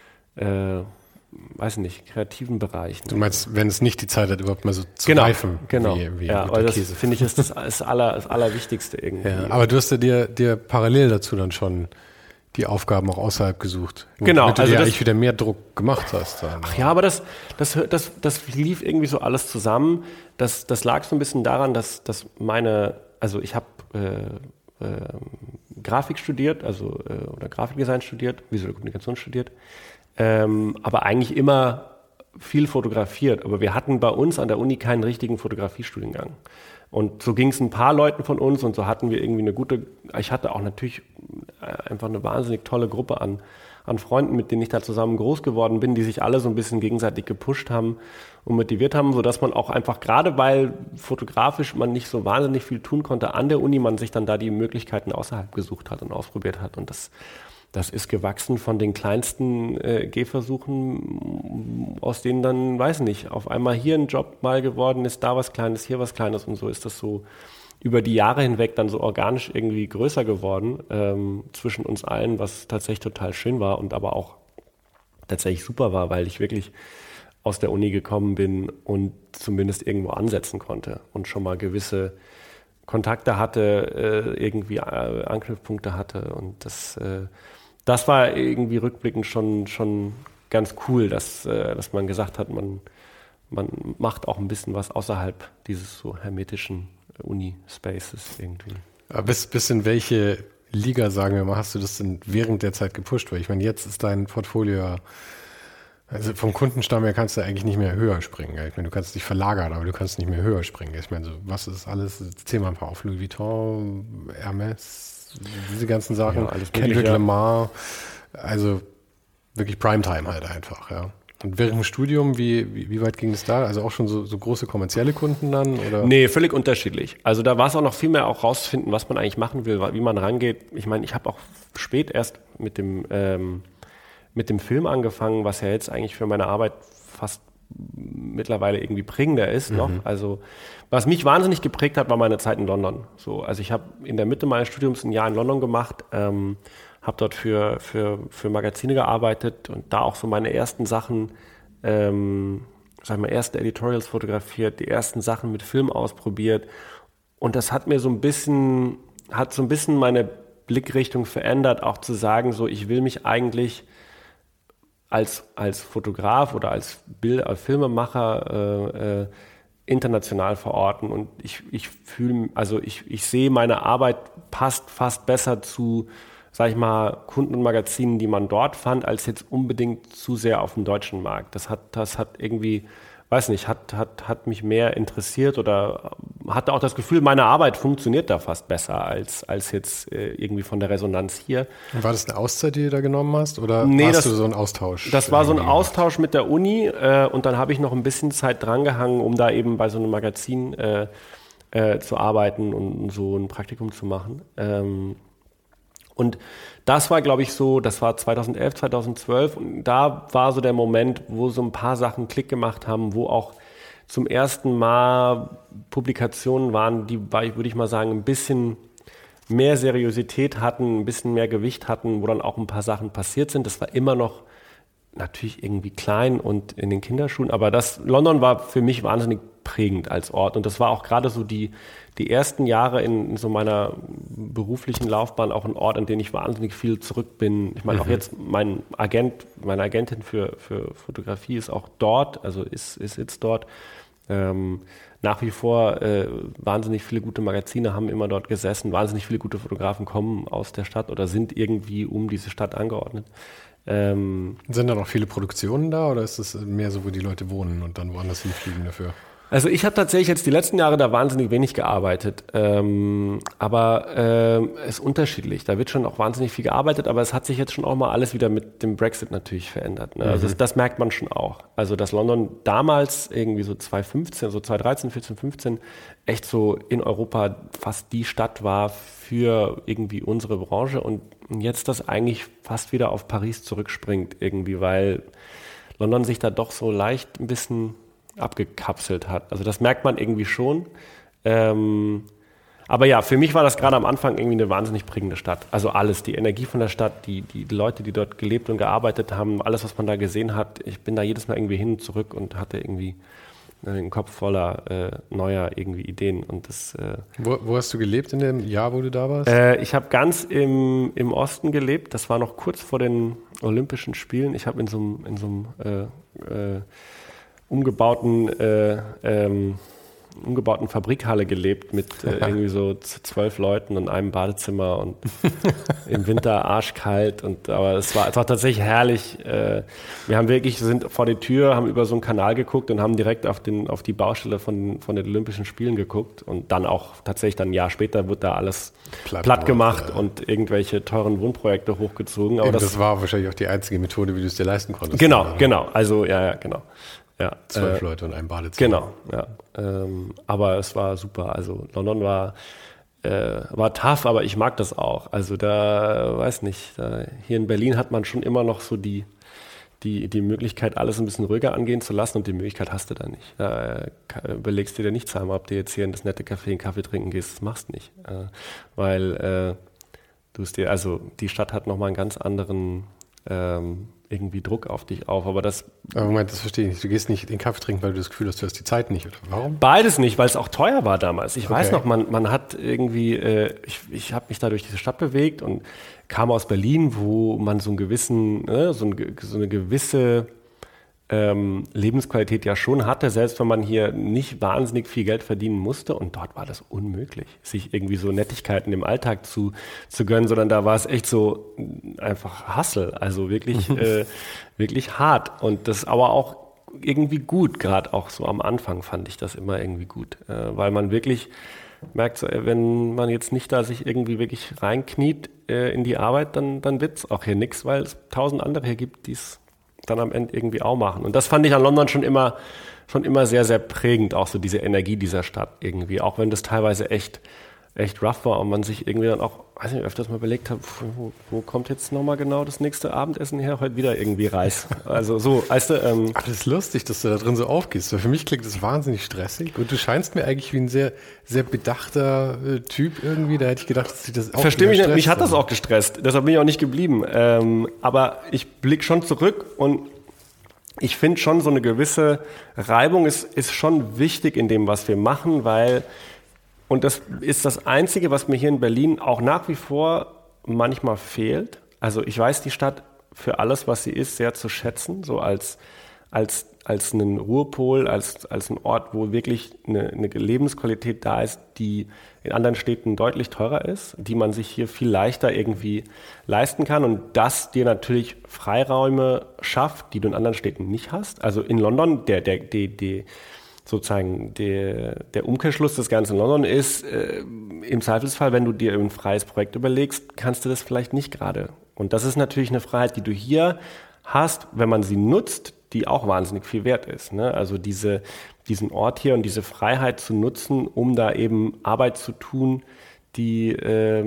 Speaker 2: äh, weiß nicht, kreativen Bereichen.
Speaker 3: Du meinst, wenn es nicht die Zeit hat, überhaupt mal so zu
Speaker 2: genau,
Speaker 3: reifen.
Speaker 2: Genau,
Speaker 3: wie, wie
Speaker 2: ja, weil das finde ich ist das, das, Aller, das Allerwichtigste irgendwie.
Speaker 3: Ja, aber du hast ja dir, dir parallel dazu dann schon die Aufgaben auch außerhalb gesucht.
Speaker 2: Genau.
Speaker 3: Damit du
Speaker 2: also
Speaker 3: dir
Speaker 2: das,
Speaker 3: eigentlich wieder mehr Druck gemacht hast. Dann.
Speaker 2: Ach ja, aber das, das, das, das lief irgendwie so alles zusammen. Das, das lag so ein bisschen daran, dass, dass meine, also ich habe äh, äh, Grafik studiert, also äh, oder Grafikdesign studiert, visuelle Kommunikation studiert, ähm, aber eigentlich immer viel fotografiert. Aber wir hatten bei uns an der Uni keinen richtigen Fotografiestudiengang. Und so ging es ein paar Leuten von uns und so hatten wir irgendwie eine gute, ich hatte auch natürlich einfach eine wahnsinnig tolle Gruppe an, an Freunden, mit denen ich da zusammen groß geworden bin, die sich alle so ein bisschen gegenseitig gepusht haben und motiviert haben, sodass man auch einfach, gerade weil fotografisch man nicht so wahnsinnig viel tun konnte an der Uni, man sich dann da die Möglichkeiten außerhalb gesucht hat und ausprobiert hat. Und das, das ist gewachsen von den kleinsten äh, Gehversuchen, aus denen dann, weiß nicht, auf einmal hier ein Job mal geworden ist, da was Kleines, hier was Kleines und so ist das so über die Jahre hinweg dann so organisch irgendwie größer geworden ähm, zwischen uns allen, was tatsächlich total schön war und aber auch tatsächlich super war, weil ich wirklich aus der Uni gekommen bin und zumindest irgendwo ansetzen konnte und schon mal gewisse Kontakte hatte, äh, irgendwie äh, Anknüpfpunkte hatte und das, äh, das war irgendwie rückblickend schon, schon ganz cool, dass, äh, dass man gesagt hat, man, man macht auch ein bisschen was außerhalb dieses so hermetischen Uni-Spaces irgendwie.
Speaker 3: Aber bis, bis in welche Liga, sagen wir mal, hast du das denn während der Zeit gepusht? Weil ich meine, jetzt ist dein Portfolio, also vom Kundenstamm her kannst du eigentlich nicht mehr höher springen. Ich meine, du kannst dich verlagern, aber du kannst nicht mehr höher springen. Ich meine, so, was ist alles? Zähl mal ein paar auf. Louis Vuitton, Hermes, diese ganzen Sachen.
Speaker 2: Ja, alles
Speaker 3: Kendrick
Speaker 2: mögliche.
Speaker 3: Lamar. Also wirklich Primetime halt einfach, ja. Und während dem Studium, wie, wie, wie weit ging es da? Also auch schon so, so große kommerzielle Kunden dann? Oder?
Speaker 2: Nee, völlig unterschiedlich. Also da war es auch noch viel mehr auch rauszufinden, was man eigentlich machen will, wie man rangeht. Ich meine, ich habe auch spät erst mit dem, ähm, mit dem Film angefangen, was ja jetzt eigentlich für meine Arbeit fast mittlerweile irgendwie prägender ist noch.
Speaker 3: Mhm.
Speaker 2: Also was mich wahnsinnig geprägt hat, war meine Zeit in London. So, also ich habe in der Mitte meines Studiums ein Jahr in London gemacht, ähm, habe dort für, für, für Magazine gearbeitet und da auch so meine ersten Sachen, ähm, sag ich mal, erste Editorials fotografiert, die ersten Sachen mit Film ausprobiert. Und das hat mir so ein bisschen, hat so ein bisschen meine Blickrichtung verändert, auch zu sagen, so ich will mich eigentlich als, als Fotograf oder als Bild, als Filmemacher äh, äh, international verorten. Und ich, ich fühle, also ich, ich sehe, meine Arbeit passt fast besser zu, sag ich mal, Kunden und Magazinen, die man dort fand, als jetzt unbedingt zu sehr auf dem deutschen Markt. Das hat, das hat irgendwie, weiß nicht, hat, hat, hat mich mehr interessiert oder hatte auch das Gefühl, meine Arbeit funktioniert da fast besser als, als jetzt äh, irgendwie von der Resonanz hier.
Speaker 3: Und war das eine Auszeit, die du da genommen hast? Oder
Speaker 2: Nee,
Speaker 3: warst
Speaker 2: das-
Speaker 3: du so ein Austausch?
Speaker 2: Das war so ein
Speaker 3: irgendwie
Speaker 2: Austausch mit der Uni äh, und dann habe ich noch ein bisschen Zeit drangehangen, um da eben bei so einem Magazin äh, äh, zu arbeiten und so ein Praktikum zu machen. Ähm, Und das war, glaube ich, so, das war zweitausendelf, zweitausendzwölf und da war so der Moment, wo so ein paar Sachen Klick gemacht haben, wo auch zum ersten Mal Publikationen waren, die, würde ich mal sagen, ein bisschen mehr Seriosität hatten, ein bisschen mehr Gewicht hatten, wo dann auch ein paar Sachen passiert sind. Das war immer noch natürlich irgendwie klein und in den Kinderschuhen, aber das London war für mich wahnsinnig prägend als Ort und das war auch gerade so die, die ersten Jahre in, in so meiner beruflichen Laufbahn auch ein Ort, an den ich wahnsinnig viel zurück bin. Ich meine, mhm. auch jetzt mein Agent, meine Agentin für, für Fotografie ist auch dort, also ist, ist jetzt dort. Ähm, nach wie vor äh, wahnsinnig viele gute Magazine haben immer dort gesessen, wahnsinnig viele gute Fotografen kommen aus der Stadt oder sind irgendwie um diese Stadt angeordnet. Ähm,
Speaker 3: Sind da noch viele Produktionen da oder ist es mehr so, wo die Leute wohnen und dann woanders hinfliegen dafür?
Speaker 2: Also ich habe tatsächlich jetzt die letzten Jahre da wahnsinnig wenig gearbeitet, ähm, aber ähm, es ist unterschiedlich. Da wird schon auch wahnsinnig viel gearbeitet, aber es hat sich jetzt schon auch mal alles wieder mit dem Brexit natürlich verändert. Ne? Also mhm. das, das merkt man schon auch. Also dass London damals irgendwie so zwanzig fünfzehn, so zwanzig dreizehn, vierzehn, fünfzehn echt so in Europa fast die Stadt war für irgendwie unsere Branche und jetzt das eigentlich fast wieder auf Paris zurückspringt irgendwie, weil London sich da doch so leicht ein bisschen abgekapselt hat. Also das merkt man irgendwie schon. Ähm, aber ja, für mich war das gerade am Anfang irgendwie eine wahnsinnig prägende Stadt. Also alles, die Energie von der Stadt, die, die Leute, die dort gelebt und gearbeitet haben, alles, was man da gesehen hat. Ich bin da jedes Mal irgendwie hin und zurück und hatte irgendwie den Kopf voller äh, neuer irgendwie Ideen. Und das, äh,
Speaker 3: wo, wo hast du gelebt in dem Jahr, wo du da warst?
Speaker 2: Äh, ich habe ganz im, im Osten gelebt. Das war noch kurz vor den Olympischen Spielen. Ich habe in so einem in so einem äh, äh, umgebauten, äh, ähm, umgebauten Fabrikhalle gelebt mit äh, irgendwie so zwölf Leuten und einem Badezimmer und im Winter arschkalt. Und, aber es war, es war tatsächlich herrlich. Äh, wir haben wirklich, sind vor der Tür, haben über so einen Kanal geguckt und haben direkt auf, den, auf die Baustelle von, von den Olympischen Spielen geguckt. Und dann auch tatsächlich dann ein Jahr später wird da alles platt, platt gemacht ja. und irgendwelche teuren Wohnprojekte hochgezogen. Aber
Speaker 3: das, das war wahrscheinlich auch die einzige Methode, wie du es dir leisten konntest.
Speaker 2: Genau,
Speaker 3: oder?
Speaker 2: genau. Also, ja, ja, genau. Ja,
Speaker 3: Zwölf
Speaker 2: äh,
Speaker 3: Leute und ein Badezimmer.
Speaker 2: Genau, ja. Ähm, aber es war super. Also London war, äh, war tough, aber ich mag das auch. Also da, weiß nicht, da, hier in Berlin hat man schon immer noch so die, die, die Möglichkeit, alles ein bisschen ruhiger angehen zu lassen und die Möglichkeit hast du da nicht. Da äh, überlegst du dir nicht zweimal, ob du jetzt hier in das nette Café einen Kaffee trinken gehst. Das machst du nicht. Äh, weil äh, du es dir, also die Stadt hat nochmal einen ganz anderen ähm, irgendwie Druck auf dich auf, aber das...
Speaker 3: Aber Moment, das verstehe ich nicht. Du gehst nicht den Kaffee trinken, weil du das Gefühl hast, du hast die Zeit nicht, oder warum?
Speaker 2: Beides nicht, weil es auch teuer war damals. Ich okay. weiß noch, man, man hat irgendwie, äh, ich, ich habe mich da durch diese Stadt bewegt und kam aus Berlin, wo man so einen gewissen, äh, so, ein, so eine gewisse ähm, Lebensqualität ja schon hatte, selbst wenn man hier nicht wahnsinnig viel Geld verdienen musste. Und dort war das unmöglich, sich irgendwie so Nettigkeiten im Alltag zu, zu gönnen, sondern da war es echt so einfach Hustle, also wirklich, äh, wirklich hart. Und das aber auch irgendwie gut, gerade auch so am Anfang fand ich das immer irgendwie gut, äh, weil man wirklich merkt, so, wenn man jetzt nicht da sich irgendwie wirklich reinkniet äh, in die Arbeit, dann, dann wird's auch hier nichts, weil es tausend andere hier gibt, die es dann am Ende irgendwie auch machen. Und das fand ich an London schon immer, schon immer sehr, sehr prägend, auch so diese Energie dieser Stadt irgendwie, auch wenn das teilweise echt, echt rough war und man sich irgendwie dann auch, weiß nicht, öfters mal überlegt hat, wo, wo kommt jetzt nochmal genau das nächste Abendessen her? Heute wieder irgendwie Reis. Also so, weißt du. Ähm,
Speaker 3: Ach, das ist lustig, dass du da drin so aufgehst. Weil für mich klingt das wahnsinnig stressig und du scheinst mir eigentlich wie ein sehr, sehr bedachter äh, Typ irgendwie. Da hätte ich gedacht, dass dich das auch
Speaker 2: Verstehe mich nicht, mich hat das auch gestresst. Deshalb bin ich auch nicht geblieben. Ähm, aber ich blicke schon zurück und ich finde schon, so eine gewisse Reibung ist, ist schon wichtig in dem, was wir machen, weil, und das ist das Einzige, was mir hier in Berlin auch nach wie vor manchmal fehlt. Also ich weiß die Stadt für alles, was sie ist, sehr zu schätzen, so als, als, als einen Ruhepol, als, als ein Ort, wo wirklich eine, eine Lebensqualität da ist, die in anderen Städten deutlich teurer ist, die man sich hier viel leichter irgendwie leisten kann und das dir natürlich Freiräume schafft, die du in anderen Städten nicht hast. Also in London, der, der, der, der sozusagen der, der Umkehrschluss des Ganzen in London ist, äh, im Zweifelsfall, wenn du dir ein freies Projekt überlegst, kannst du das vielleicht nicht gerade. Und das ist natürlich eine Freiheit, die du hier hast, wenn man sie nutzt, die auch wahnsinnig viel wert ist. Ne? Also diese, diesen Ort hier und diese Freiheit zu nutzen, um da eben Arbeit zu tun, die, äh,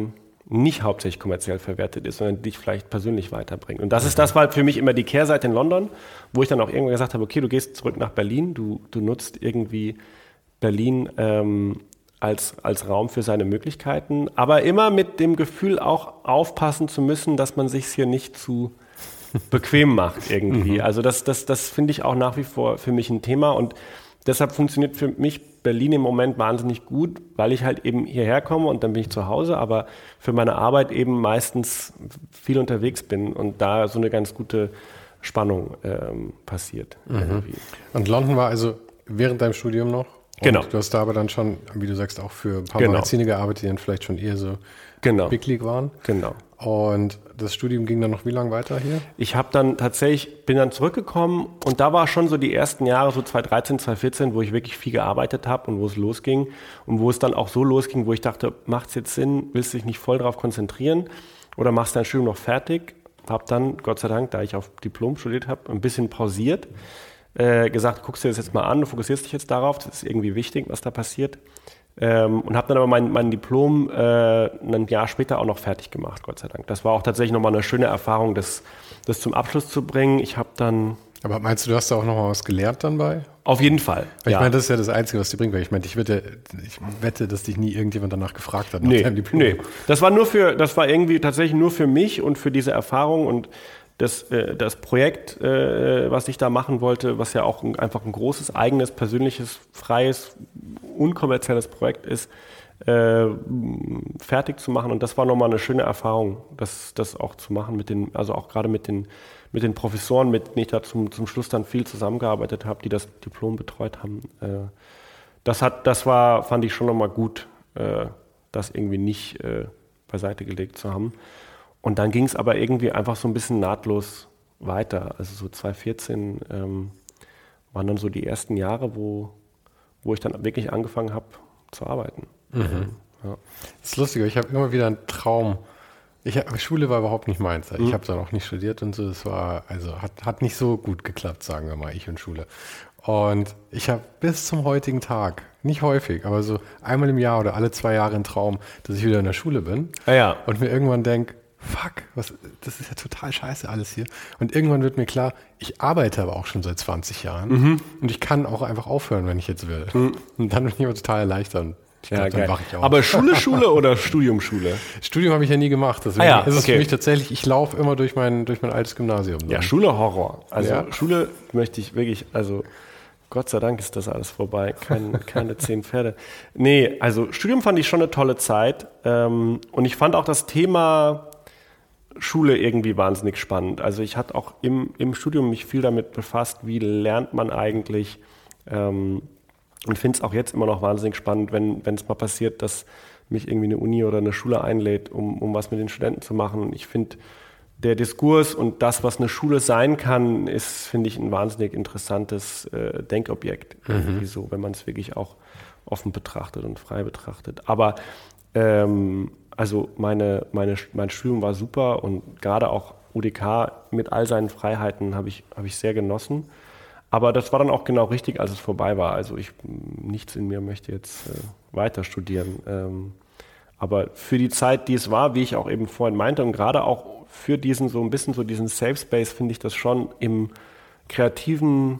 Speaker 2: nicht hauptsächlich kommerziell verwertet ist, sondern dich vielleicht persönlich weiterbringt. Und das ist das war für mich immer die Kehrseite in London, wo ich dann auch irgendwann gesagt habe, okay, du gehst zurück nach Berlin, du, du nutzt irgendwie Berlin ähm, als, als Raum für seine Möglichkeiten, aber immer mit dem Gefühl auch aufpassen zu müssen, dass man sich hier nicht zu bequem macht irgendwie. Also das, das, das finde ich auch nach wie vor für mich ein Thema und deshalb funktioniert für mich Berlin im Moment wahnsinnig gut, weil ich halt eben hierher komme und dann bin ich zu Hause, aber für meine Arbeit eben meistens viel unterwegs bin und da so eine ganz gute Spannung ähm, passiert.
Speaker 3: Mhm. Und London war also während deinem Studium noch? Und
Speaker 2: genau.
Speaker 3: Du hast da aber dann schon, wie du sagst, auch für ein paar
Speaker 2: genau.
Speaker 3: Magazine gearbeitet, die dann vielleicht schon eher so
Speaker 2: genau.
Speaker 3: Big League waren.
Speaker 2: Genau.
Speaker 3: Und das Studium ging dann noch wie lange weiter hier?
Speaker 2: Ich habe dann tatsächlich, bin dann zurückgekommen und da war schon so die ersten Jahre, so zwanzig dreizehn, zwanzig vierzehn, wo ich wirklich viel gearbeitet habe und wo es losging und wo es dann auch so losging, wo ich dachte, macht es jetzt Sinn, willst du dich nicht voll darauf konzentrieren oder machst dein Studium noch fertig? Habe dann, Gott sei Dank, da ich auf Diplom studiert habe, ein bisschen pausiert, äh, gesagt, guckst dir das jetzt mal an, du fokussierst dich jetzt darauf, das ist irgendwie wichtig, was da passiert. Ähm, und habe dann aber mein, mein Diplom äh, ein Jahr später auch noch fertig gemacht, Gott sei Dank. Das war auch tatsächlich nochmal eine schöne Erfahrung, das, das zum Abschluss zu bringen. Ich habe dann...
Speaker 3: Aber meinst du, du hast da auch nochmal was gelernt dann bei?
Speaker 2: Auf jeden Fall,
Speaker 3: Weil
Speaker 2: ja.
Speaker 3: Ich meine, das ist ja das Einzige, was dir bringt. Weil ich meine, ich, wette, ich wette, dass dich nie irgendjemand danach gefragt hat nach
Speaker 2: nee,
Speaker 3: deinem Diplom.
Speaker 2: Nee, das war nur für, das war irgendwie tatsächlich nur für mich und für diese Erfahrung und das, äh, das Projekt, äh, was ich da machen wollte, was ja auch ein, einfach ein großes, eigenes, persönliches, freies, unkommerzielles Projekt ist, äh, fertig zu machen. Und das war nochmal eine schöne Erfahrung, das, das auch zu machen mit den, also auch gerade mit den, mit den Professoren, mit denen ich da zum, zum Schluss dann viel zusammengearbeitet habe, die das Diplom betreut haben. Äh, das hat, das war, fand ich schon nochmal gut, äh, das irgendwie nicht äh, beiseite gelegt zu haben. Und dann ging es aber irgendwie einfach so ein bisschen nahtlos weiter. Also so zwanzig vierzehn ähm, waren dann so die ersten Jahre, wo, wo ich dann wirklich angefangen habe zu arbeiten.
Speaker 3: Mhm.
Speaker 2: Ja.
Speaker 3: Das ist lustig, ich habe immer wieder einen Traum. Ich hab, Schule war überhaupt nicht meins. Ich
Speaker 2: Mhm.
Speaker 3: habe dann auch nicht studiert und so. Das war, also hat, hat nicht so gut geklappt, sagen wir mal, ich und Schule. Und ich habe bis zum heutigen Tag, nicht häufig, aber so einmal im Jahr oder alle zwei Jahre einen Traum, dass ich wieder in der Schule bin
Speaker 2: Ah, ja.
Speaker 3: und mir irgendwann denke, fuck, was, das ist ja total scheiße alles hier. Und irgendwann wird mir klar, ich arbeite aber auch schon seit zwanzig Jahren
Speaker 2: Mhm.
Speaker 3: und ich kann auch einfach aufhören, wenn ich jetzt will. Mhm. Und dann bin ich immer total erleichtert. Ich glaub,
Speaker 2: Ja,
Speaker 3: dann
Speaker 2: geil.
Speaker 3: wach ich auf.
Speaker 2: Aber Schule, Schule oder Studium, Schule?
Speaker 3: Studium habe ich ja nie gemacht. Deswegen
Speaker 2: Ah ja,
Speaker 3: ist es
Speaker 2: okay.
Speaker 3: für mich tatsächlich, ich laufe immer durch mein, durch mein altes Gymnasium.
Speaker 2: Ja, Schule Horror. Also
Speaker 3: Ja.
Speaker 2: Schule möchte ich wirklich, also Gott sei Dank ist das alles vorbei. Kein, keine zehn Pferde. Nee, also Studium fand ich schon eine tolle Zeit. Ähm, und ich fand auch das Thema Schule irgendwie wahnsinnig spannend. Also ich hatte auch im, im Studium mich viel damit befasst, wie lernt man eigentlich, ähm, und finde es auch jetzt immer noch wahnsinnig spannend, wenn wenn es mal passiert, dass mich irgendwie eine Uni oder eine Schule einlädt, um, um was mit den Studenten zu machen. Und ich finde, der Diskurs und das, was eine Schule sein kann, ist, finde ich, ein wahnsinnig interessantes äh, Denkobjekt. Irgendwie so, wenn man es wirklich auch offen betrachtet und frei betrachtet. Aber ähm, also meine, meine, mein Studium war super und gerade auch U D K mit all seinen Freiheiten habe ich, habe ich sehr genossen. Aber das war dann auch genau richtig, als es vorbei war. Also ich, nichts in mir möchte jetzt äh, weiter studieren. Ähm, aber für die Zeit, die es war, wie ich auch eben vorhin meinte, und gerade auch für diesen so ein bisschen so diesen Safe Space, finde ich das schon im Kreativen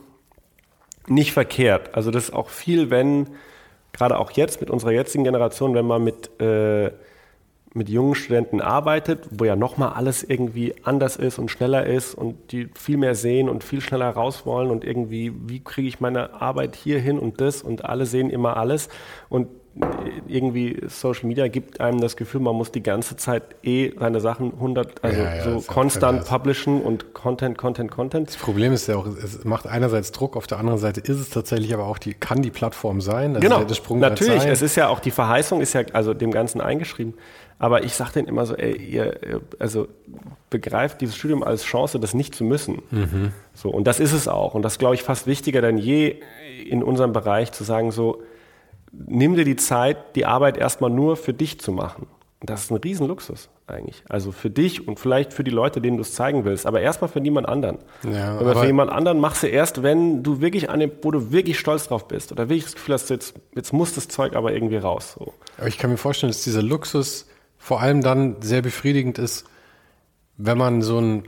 Speaker 2: nicht verkehrt. Also das ist auch viel, wenn, gerade auch jetzt mit unserer jetzigen Generation, wenn man mit äh, mit jungen Studenten arbeitet, wo ja nochmal alles irgendwie anders ist und schneller ist und die viel mehr sehen und viel schneller raus wollen und irgendwie, wie kriege ich meine Arbeit hier hin und das und alle sehen immer alles und irgendwie Social Media gibt einem das Gefühl, man muss die ganze Zeit eh seine Sachen hundert, also
Speaker 3: Ja, ja,
Speaker 2: so
Speaker 3: ist ja
Speaker 2: konstant
Speaker 3: pervers.
Speaker 2: publishen und Content, Content, Content.
Speaker 3: Das Problem ist ja auch, es macht einerseits Druck, auf der anderen Seite ist es tatsächlich aber auch, die kann die Plattform sein. Das
Speaker 2: Genau,
Speaker 3: ist ja das Sprungbrett
Speaker 2: natürlich,
Speaker 3: sein.
Speaker 2: es ist ja auch, die Verheißung ist ja also dem Ganzen eingeschrieben. Aber ich sage denen immer so, ey, ihr, also begreift dieses Studium als Chance, das nicht zu müssen.
Speaker 3: Mhm.
Speaker 2: So, und das ist es auch. Und das glaube ich fast wichtiger denn je in unserem Bereich zu sagen so, nimm dir die Zeit, die Arbeit erstmal nur für dich zu machen. Und das ist ein Riesenluxus eigentlich. Also für dich und vielleicht für die Leute, denen du es zeigen willst, aber erstmal für niemand anderen.
Speaker 3: Ja,
Speaker 2: aber
Speaker 3: aber
Speaker 2: für jemand anderen machst du erst, wenn du wirklich an dem, wo du wirklich stolz drauf bist oder wirklich das Gefühl hast, jetzt, jetzt muss das Zeug aber irgendwie raus. So.
Speaker 3: Aber ich kann mir vorstellen, dass dieser Luxus vor allem dann sehr befriedigend ist, wenn man so einen,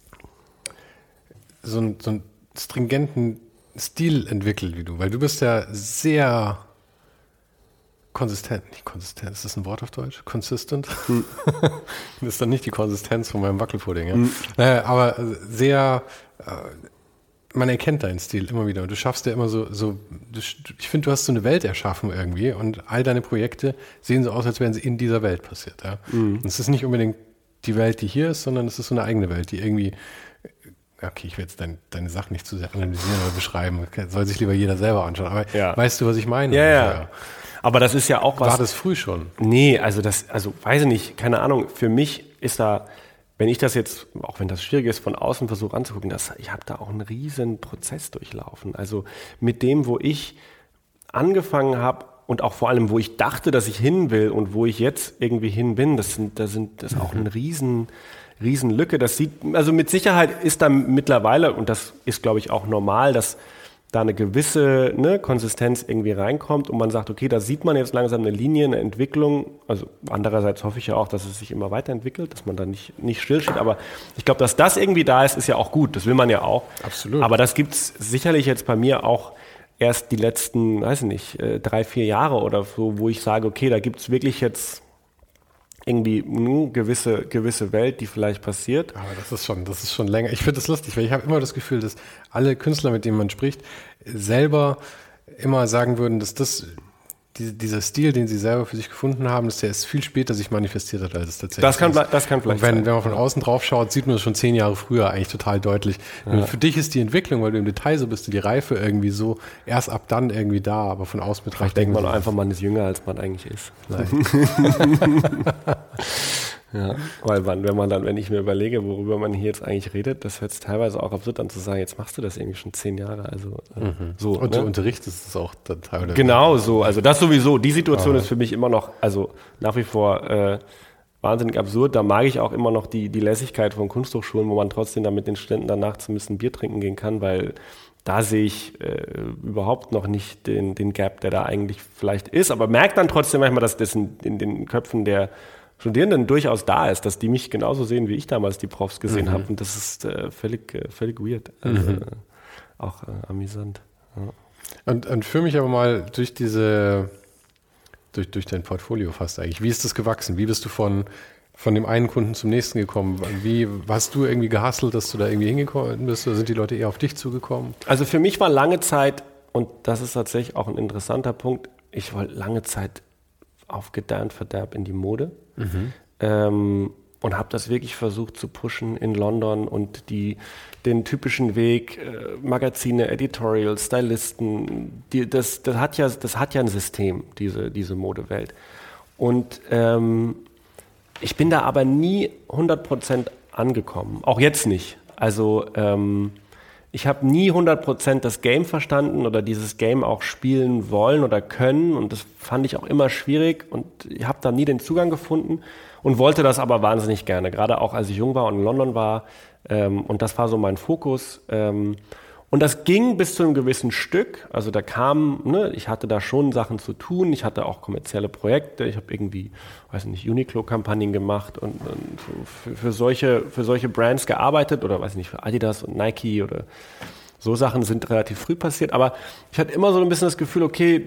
Speaker 3: so einen, so einen stringenten Stil entwickelt wie du, weil du bist ja sehr konsistent, nicht konsistent, ist das ein Wort auf Deutsch? Consistent? Hm. Das ist dann nicht die Konsistenz von meinem Wackelpudding, ja? Hm. Naja, aber sehr, äh, man erkennt deinen Stil immer wieder und du schaffst ja immer so, so du, ich finde, du hast so eine Welt erschaffen irgendwie und all deine Projekte sehen so aus, als wären sie in dieser Welt passiert, ja? Hm. Und es ist nicht unbedingt die Welt, die hier ist, sondern es ist so eine eigene Welt, die irgendwie, okay, ich will jetzt dein, deine Sachen nicht zu sehr analysieren oder beschreiben, soll sich lieber jeder selber anschauen, aber ja. Weißt du, was ich meine?
Speaker 2: Ja, ja. ja. Aber das ist ja auch was...
Speaker 3: War das früh schon?
Speaker 2: Nee, also das, also weiß ich nicht, keine Ahnung. Für mich ist da, wenn ich das jetzt, auch wenn das schwierig ist, von außen versuche anzugucken, das, ich habe da auch einen riesen Prozess durchlaufen. Also mit dem, wo ich angefangen habe und auch vor allem, wo ich dachte, dass ich hin will und wo ich jetzt irgendwie hin bin, das sind, das sind, das ist auch eine riesen, riesen Lücke. Das sieht, also mit Sicherheit ist da mittlerweile, und das ist, glaube ich, auch normal, dass da eine gewisse ne, Konsistenz irgendwie reinkommt und man sagt, okay, da sieht man jetzt langsam eine Linie, eine Entwicklung. Also andererseits hoffe ich ja auch, dass es sich immer weiterentwickelt, dass man da nicht, nicht stillsteht. Aber ich glaube, dass das irgendwie da ist, ist ja auch gut. Das will man ja auch.
Speaker 3: Absolut.
Speaker 2: Aber das gibt's sicherlich jetzt bei mir auch erst die letzten, weiß ich nicht, drei, vier Jahre oder so, wo ich sage, okay, da gibt's wirklich jetzt irgendwie eine gewisse, gewisse Welt, die vielleicht passiert.
Speaker 3: Aber das ist schon, das ist schon länger. Ich finde das lustig, weil ich habe immer das Gefühl, dass alle Künstler, mit denen man spricht, selber immer sagen würden, dass das, die, dieser Stil, den sie selber für sich gefunden haben, dass der erst viel später sich manifestiert hat, als es tatsächlich
Speaker 2: das kann,
Speaker 3: ist.
Speaker 2: Das kann vielleicht
Speaker 3: Und wenn,
Speaker 2: sein.
Speaker 3: wenn man von außen drauf schaut, sieht man es schon zehn Jahre früher eigentlich total deutlich. Ja. Für dich ist die Entwicklung, weil du im Detail so bist, die Reife irgendwie so erst ab dann irgendwie da, aber von außen betrachtet.
Speaker 2: Ich denke mal einfach, man ist jünger, als man eigentlich ist.
Speaker 3: Nein.
Speaker 2: Ja, weil man, wenn man dann, wenn ich mir überlege, worüber man hier jetzt eigentlich redet, das hört sich teilweise auch absurd an zu sagen, jetzt machst du das irgendwie schon zehn Jahre, also äh,
Speaker 3: mhm.
Speaker 2: so.
Speaker 3: Und
Speaker 2: ne?
Speaker 3: du unterrichtest es auch dann teilweise.
Speaker 2: Genau so, also das sowieso, die Situation ah. ist für mich immer noch, also nach wie vor äh, wahnsinnig absurd, da mag ich auch immer noch die, die Lässigkeit von Kunsthochschulen, wo man trotzdem dann mit den Studenten danach zumindest ein Bier trinken gehen kann, weil da sehe ich äh, überhaupt noch nicht den, den Gap, der da eigentlich vielleicht ist, aber merkt dann trotzdem manchmal, dass das in, in den Köpfen der Studierenden durchaus da ist, dass die mich genauso sehen, wie ich damals die Profs gesehen mhm. habe. Und das ist äh, völlig, äh, völlig weird. Also, mhm. äh, auch äh, amüsant. Ja.
Speaker 3: Und, und führ mich aber mal durch diese, durch, durch dein Portfolio fast eigentlich. Wie ist das gewachsen? Wie bist du von, von dem einen Kunden zum nächsten gekommen? Wie hast du irgendwie gehustelt, dass du da irgendwie hingekommen bist? Oder sind die Leute eher auf dich zugekommen?
Speaker 2: Also für mich war lange Zeit, und das ist tatsächlich auch ein interessanter Punkt, ich wollte lange Zeit auf Gedeih und Verderb in die Mode. Mhm. Ähm, und habe das wirklich versucht zu pushen in London und die, den typischen Weg, äh, Magazine, Editorial, Stylisten, die, das, das, hat ja, das hat ja ein System, diese, diese Modewelt. Und ähm, ich bin da aber nie hundert Prozent angekommen, auch jetzt nicht. Also ähm, ich habe nie hundert Prozent das Game verstanden oder dieses Game auch spielen wollen oder können und das fand ich auch immer schwierig und ich habe da nie den Zugang gefunden und wollte das aber wahnsinnig gerne, gerade auch als ich jung war und in London war ähm, und das war so mein Fokus ähm, und das ging bis zu einem gewissen Stück, also da kam, ne, ich hatte da schon Sachen zu tun, ich hatte auch kommerzielle Projekte, ich habe irgendwie, weiß nicht, Uniqlo-Kampagnen gemacht und, und für, für, solche, für solche Brands gearbeitet oder weiß nicht, für Adidas und Nike oder so Sachen sind relativ früh passiert, aber ich hatte immer so ein bisschen das Gefühl, okay,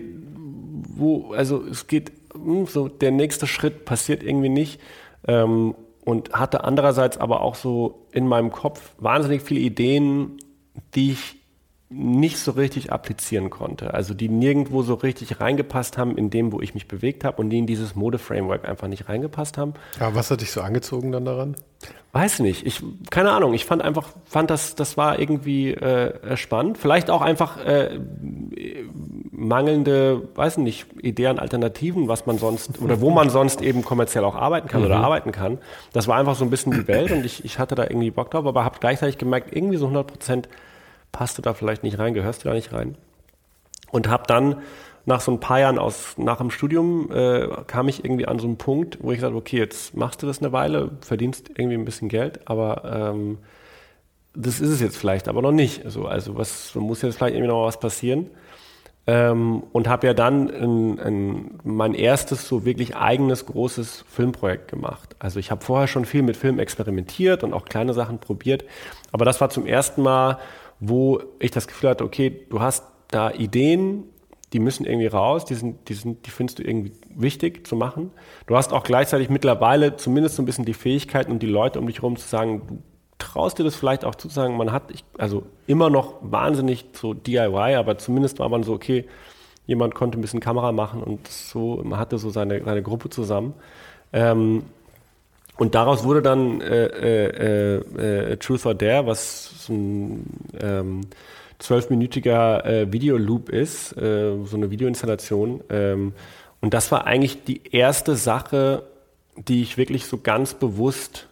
Speaker 2: wo, also es geht, so der nächste Schritt passiert irgendwie nicht ähm, und hatte andererseits aber auch so in meinem Kopf wahnsinnig viele Ideen, die ich nicht so richtig applizieren konnte. Also die nirgendwo so richtig reingepasst haben in dem, wo ich mich bewegt habe und die in dieses Mode-Framework einfach nicht reingepasst haben.
Speaker 3: Aber was hat dich so angezogen dann daran?
Speaker 2: Weiß nicht. Ich, keine Ahnung. Ich fand einfach, fand das, das war irgendwie äh, spannend. Vielleicht auch einfach äh, mangelnde, weiß nicht, Ideen, Alternativen, was man sonst oder wo man sonst eben kommerziell auch arbeiten kann mhm. oder arbeiten kann. Das war einfach so ein bisschen die Welt und ich, ich hatte da irgendwie Bock drauf, aber habe gleichzeitig gemerkt, irgendwie so hundert Prozent passt du da vielleicht nicht rein, gehörst du da nicht rein. Und habe dann nach so ein paar Jahren aus, nach dem Studium äh, kam ich irgendwie an so einen Punkt, wo ich gesagt habe, okay, jetzt machst du das eine Weile, verdienst irgendwie ein bisschen Geld, aber ähm, das ist es jetzt vielleicht aber noch nicht. Also, also was, muss jetzt vielleicht irgendwie noch was passieren. Ähm, und habe ja dann ein, ein, mein erstes so wirklich eigenes großes Filmprojekt gemacht. Also ich habe vorher schon viel mit Film experimentiert und auch kleine Sachen probiert, aber das war zum ersten Mal, wo ich das Gefühl hatte, okay, du hast da Ideen, die müssen irgendwie raus, die sind, die sind, die findest du irgendwie wichtig zu machen. Du hast auch gleichzeitig mittlerweile zumindest so ein bisschen die Fähigkeiten und die Leute um dich herum zu sagen, du traust dir das vielleicht auch zu sagen, man hat, ich, also immer noch wahnsinnig so D I Y, aber zumindest war man so, okay, jemand konnte ein bisschen Kamera machen und so, man hatte so seine, seine Gruppe zusammen. Ähm, und daraus wurde dann äh, äh, äh, Truth or Dare, was so ein ähm, zwölfminütiger äh, Videoloop ist, äh, so eine Videoinstallation. Ähm, und das war eigentlich die erste Sache, die ich wirklich so ganz bewusst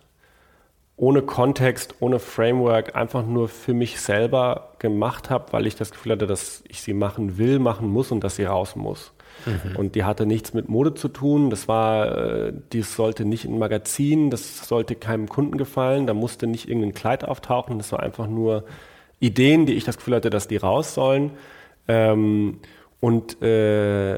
Speaker 2: ohne Kontext, ohne Framework, einfach nur für mich selber gemacht habe, weil ich das Gefühl hatte, dass ich sie machen will, machen muss und dass sie raus muss. Mhm. Und die hatte nichts mit Mode zu tun. Das war, dies sollte nicht in ein Magazin, das sollte keinem Kunden gefallen, da musste nicht irgendein Kleid auftauchen. Das war einfach nur Ideen, die ich das Gefühl hatte, dass die raus sollen. Ähm, und äh,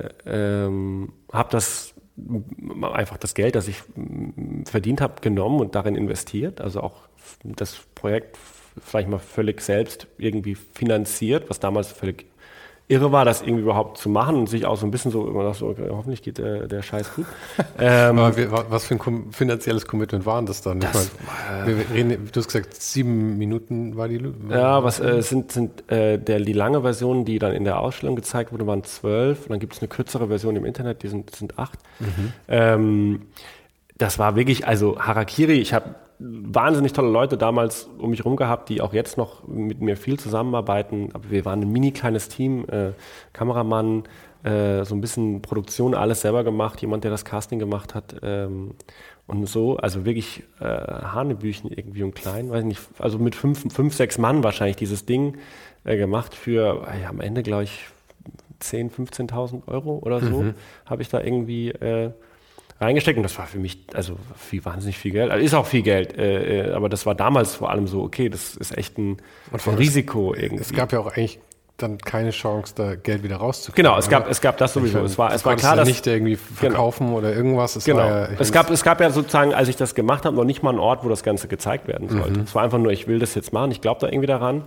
Speaker 2: ähm, habe das einfach das Geld, das ich verdient habe, genommen und darin investiert. Also auch das Projekt vielleicht mal völlig selbst irgendwie finanziert, was damals völlig irre war, das irgendwie überhaupt zu machen und sich auch so ein bisschen so, immer noch so, okay, hoffentlich geht der, der Scheiß gut.
Speaker 3: ähm, Aber wie, was für ein kom- finanzielles Commitment war denn das dann?
Speaker 2: Das,
Speaker 3: ich mein, wir reden, du hast gesagt, sieben Minuten war die Lu-
Speaker 2: Ja, was äh, sind, sind äh, der, die lange Version, die dann in der Ausstellung gezeigt wurde, waren zwölf. Und dann gibt es eine kürzere Version im Internet, die sind, sind acht. Mhm. Ähm, das war wirklich, also Harakiri, ich habe wahnsinnig tolle Leute damals um mich rum gehabt, die auch jetzt noch mit mir viel zusammenarbeiten. Aber wir waren ein mini kleines Team, äh, Kameramann, äh, so ein bisschen Produktion, alles selber gemacht, jemand, der das Casting gemacht hat ähm, und so. Also wirklich äh, Hanebüchen irgendwie und klein, weiß nicht, also mit fünf, fünf, sechs Mann wahrscheinlich dieses Ding äh, gemacht für äh, am Ende, glaube ich, zehntausend, fünfzehntausend Euro oder so, mhm. habe ich da irgendwie äh, reingesteckt und das war für mich also viel, wahnsinnig viel Geld. Also ist auch viel Geld, äh, aber das war damals vor allem so, okay, das ist echt ein, ein Risiko irgendwie.
Speaker 3: Es gab ja auch eigentlich dann keine Chance, da Geld wieder rauszukriegen.
Speaker 2: Genau, es gab, es gab das sowieso.
Speaker 3: Meine,
Speaker 2: es war, es war klar, dass
Speaker 3: nicht irgendwie verkaufen genau. oder irgendwas. Es
Speaker 2: genau.
Speaker 3: war ja,
Speaker 2: es gab, es gab ja sozusagen, als ich das gemacht habe, noch nicht mal einen Ort, wo das Ganze gezeigt werden sollte. Mhm. Es war einfach nur, ich will das jetzt machen, ich glaube da irgendwie daran.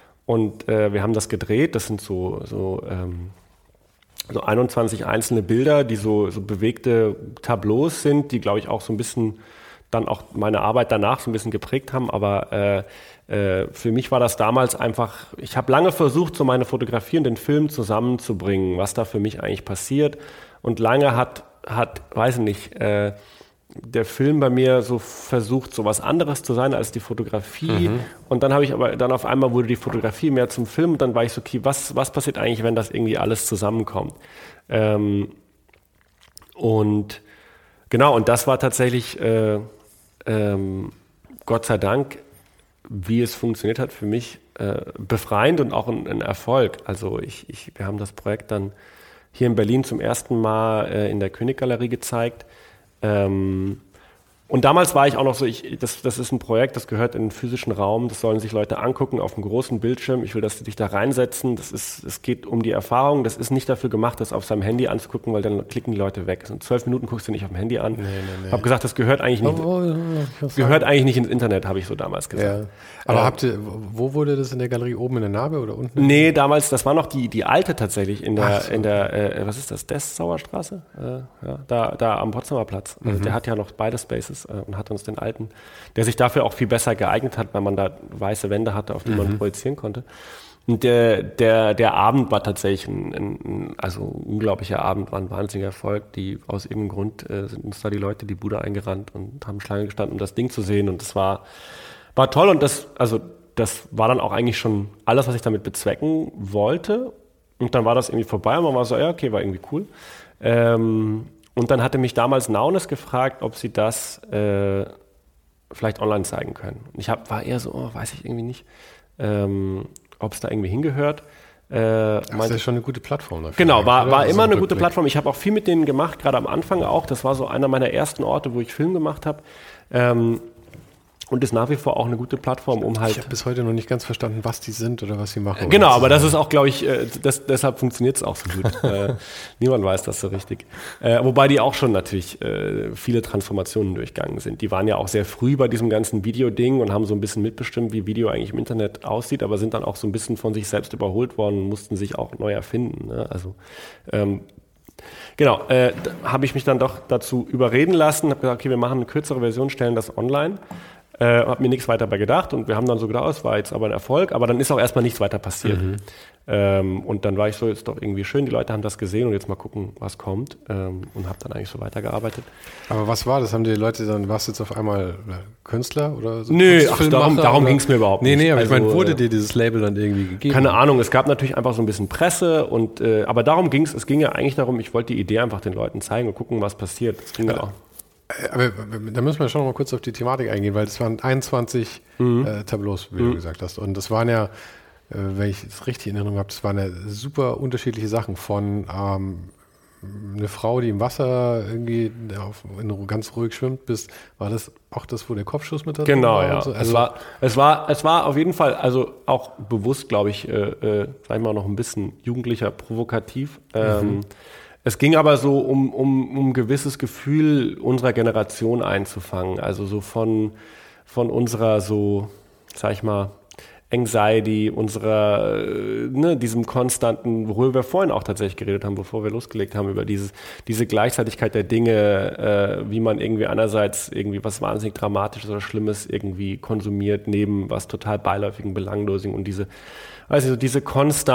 Speaker 2: Und äh, wir haben das gedreht. Das sind so, so ähm, so einundzwanzig einzelne Bilder, die so, so bewegte Tableaus sind, die, glaube ich, auch so ein bisschen dann auch meine Arbeit danach so ein bisschen geprägt haben. Aber äh, äh, für mich war das damals einfach, ich habe lange versucht, so meine Fotografie und den Film zusammenzubringen, was da für mich eigentlich passiert. Und lange hat, hat weiß ich nicht, äh, der Film bei mir so versucht, so was anderes zu sein als die Fotografie. Mhm. Und dann habe ich aber, dann auf einmal wurde die Fotografie mehr zum Film und dann war ich so, okay, was, was passiert eigentlich, wenn das irgendwie alles zusammenkommt? Ähm, und genau, und das war tatsächlich, äh, ähm, Gott sei Dank, wie es funktioniert hat, für mich äh, befreiend und auch ein, ein Erfolg. Also ich, ich, wir haben das Projekt dann hier in Berlin zum ersten Mal äh, in der Königgalerie gezeigt. Ähm, und damals war ich auch noch so, ich, das, das ist ein Projekt, das gehört in den physischen Raum, das sollen sich Leute angucken auf einem großen Bildschirm, ich will, dass sie dich da reinsetzen, das ist, es geht um die Erfahrung, das ist nicht dafür gemacht, das auf seinem Handy anzugucken, weil dann klicken die Leute weg. In zwölf Minuten guckst du nicht auf dem Handy an. Nee, nee, nee. Hab gesagt, das gehört eigentlich nicht, oh, oh, oh, gehört eigentlich nicht ins Internet, habe ich so damals gesagt.
Speaker 3: Ja. Aber ähm, habt ihr, wo wurde das in der Galerie, oben in der Narbe oder unten?
Speaker 2: Nee, damals, das war noch die, die alte tatsächlich, in der, so. in der äh, was ist das, Dessauer Straße? Äh, ja, da, da am Potsdamer Platz. Mhm. Der hat ja noch beide Spaces äh, und hat uns den alten, der sich dafür auch viel besser geeignet hat, weil man da weiße Wände hatte, auf die mhm. man projizieren konnte. Und der, der, der Abend war tatsächlich ein, ein, also ein unglaublicher Abend, war ein wahnsinniger Erfolg. Die, aus irgendeinem Grund äh, sind uns da die Leute die Bude eingerannt und haben Schlange gestanden, um das Ding zu sehen. Und das war, war toll. Und das, also, das war dann auch eigentlich schon alles, was ich damit bezwecken wollte. Und dann war das irgendwie vorbei und man war so, ja, okay, war irgendwie cool. Ähm, und dann hatte mich damals Naunes gefragt, ob sie das äh, vielleicht online zeigen können. Und ich hab, war eher so, oh, weiß ich irgendwie nicht, ähm, ob es da irgendwie hingehört. Äh,
Speaker 3: das ist ja schon eine gute Plattform dafür.
Speaker 2: Genau, war, war immer eine gute Plattform. Ich habe auch viel mit denen gemacht, gerade am Anfang auch. Das war so einer meiner ersten Orte, wo ich Film gemacht habe. Ähm, Und ist nach wie vor auch eine gute Plattform, um halt...
Speaker 3: Ich habe bis heute noch nicht ganz verstanden, was die sind oder was sie machen.
Speaker 2: Genau, aber das ist auch, glaube ich, das, deshalb funktioniert es auch so gut. äh, niemand weiß das so richtig. Äh, wobei die auch schon natürlich äh, viele Transformationen durchgegangen sind. Die waren ja auch sehr früh bei diesem ganzen Video-Ding und haben so ein bisschen mitbestimmt, wie Video eigentlich im Internet aussieht, aber sind dann auch so ein bisschen von sich selbst überholt worden und mussten sich auch neu erfinden. Ne? Also ähm, genau, äh, habe ich mich dann doch dazu überreden lassen, habe gesagt, okay, wir machen eine kürzere Version, stellen das online. Äh, habe mir nichts weiter dabei gedacht und wir haben dann so gedacht, es war jetzt aber ein Erfolg, aber dann ist auch erstmal nichts weiter passiert. Mhm. Ähm, und dann war ich so, jetzt doch irgendwie schön, die Leute haben das gesehen und jetzt mal gucken, was kommt, ähm, und habe dann eigentlich so weitergearbeitet.
Speaker 3: Aber was war das? Haben die Leute dann, warst du jetzt auf einmal Künstler oder so?
Speaker 2: Nö, ach, darum, darum ging es mir überhaupt
Speaker 3: nee,
Speaker 2: nicht.
Speaker 3: Nee, aber
Speaker 2: also,
Speaker 3: ich meine, wurde dir dieses Label dann irgendwie gegeben?
Speaker 2: Keine Ahnung, es gab natürlich einfach so ein bisschen Presse und, äh, aber darum ging es, es ging ja eigentlich darum, ich wollte die Idee einfach den Leuten zeigen und gucken, was passiert. Das ging ja auch.
Speaker 3: Aber da müssen wir schon noch mal kurz auf die Thematik eingehen, weil es waren einundzwanzig mhm. äh, Tableaus, wie mhm. du gesagt hast. Und das waren ja, äh, wenn ich es richtig in Erinnerung habe, das waren ja super unterschiedliche Sachen. Von ähm, eine Frau, die im Wasser irgendwie auf, in, ganz ruhig schwimmt, bis, war das auch das, wo der Kopfschuss mit da drin
Speaker 2: genau,
Speaker 3: war?
Speaker 2: Genau, ja.
Speaker 3: So? Also
Speaker 2: es, war, es, war, es war auf jeden Fall, also auch bewusst, glaube ich, äh, äh, sag ich mal, noch ein bisschen jugendlicher, provokativ. Ähm, mhm. Es ging aber so um, um, um ein gewisses Gefühl unserer Generation einzufangen. Also so von, von unserer so, sag ich mal, Anxiety, unserer, ne, diesem konstanten, worüber wir vorhin auch tatsächlich geredet haben, bevor wir losgelegt haben, über dieses, diese Gleichzeitigkeit der Dinge, äh, wie man irgendwie einerseits irgendwie was wahnsinnig Dramatisches oder Schlimmes irgendwie konsumiert, neben was total beiläufigen, belanglosen und diese, weiß ich so, diese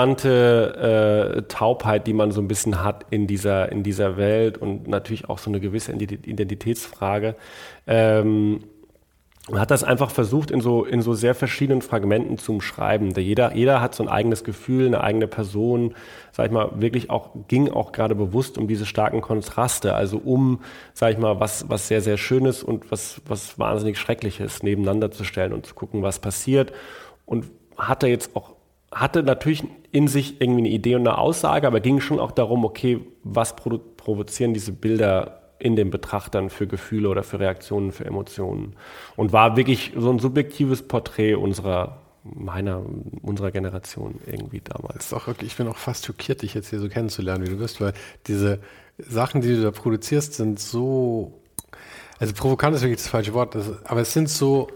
Speaker 2: konstante äh, Taubheit, die man so ein bisschen hat in dieser, in dieser Welt und natürlich auch so eine gewisse Identitätsfrage. Ähm, Man hat das einfach versucht, in so, in so sehr verschiedenen Fragmenten zu umschreiben. Jeder, jeder hat so ein eigenes Gefühl, eine eigene Person, sag ich mal, wirklich auch, ging auch gerade bewusst um diese starken Kontraste, also um, sag ich mal, was, was sehr, sehr Schönes und was, was wahnsinnig Schreckliches nebeneinander zu stellen und zu gucken, was passiert. Und hatte jetzt auch, hatte natürlich in sich irgendwie eine Idee und eine Aussage, aber ging schon auch darum, okay, was produ- provozieren diese Bilder in den Betrachtern für Gefühle oder für Reaktionen, für Emotionen. Und war wirklich so ein subjektives Porträt unserer, meiner, unserer Generation irgendwie damals.
Speaker 3: Das ist auch wirklich, ich bin auch fast schockiert, dich jetzt hier so kennenzulernen, wie du bist, weil diese Sachen, die du da produzierst, sind so, also provokant ist wirklich das falsche Wort, das, aber es sind so,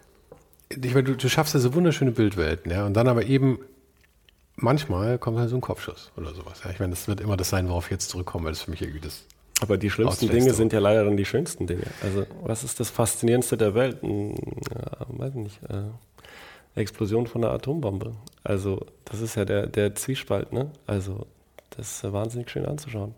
Speaker 3: ich meine, du, du schaffst ja so wunderschöne Bildwelten, ja, und dann aber eben manchmal kommt halt so ein Kopfschuss oder sowas. Ja. Ich meine, das wird immer das sein, worauf ich jetzt zurückkomme, weil das für mich irgendwie das.
Speaker 2: Aber die schlimmsten Dinge sind ja leider dann die schönsten Dinge. Also, was ist das Faszinierendste der Welt? Ja, weiß nicht. Äh, Explosion von einer Atombombe. Also, das ist ja der, der Zwiespalt, ne? Also, das ist wahnsinnig schön anzuschauen.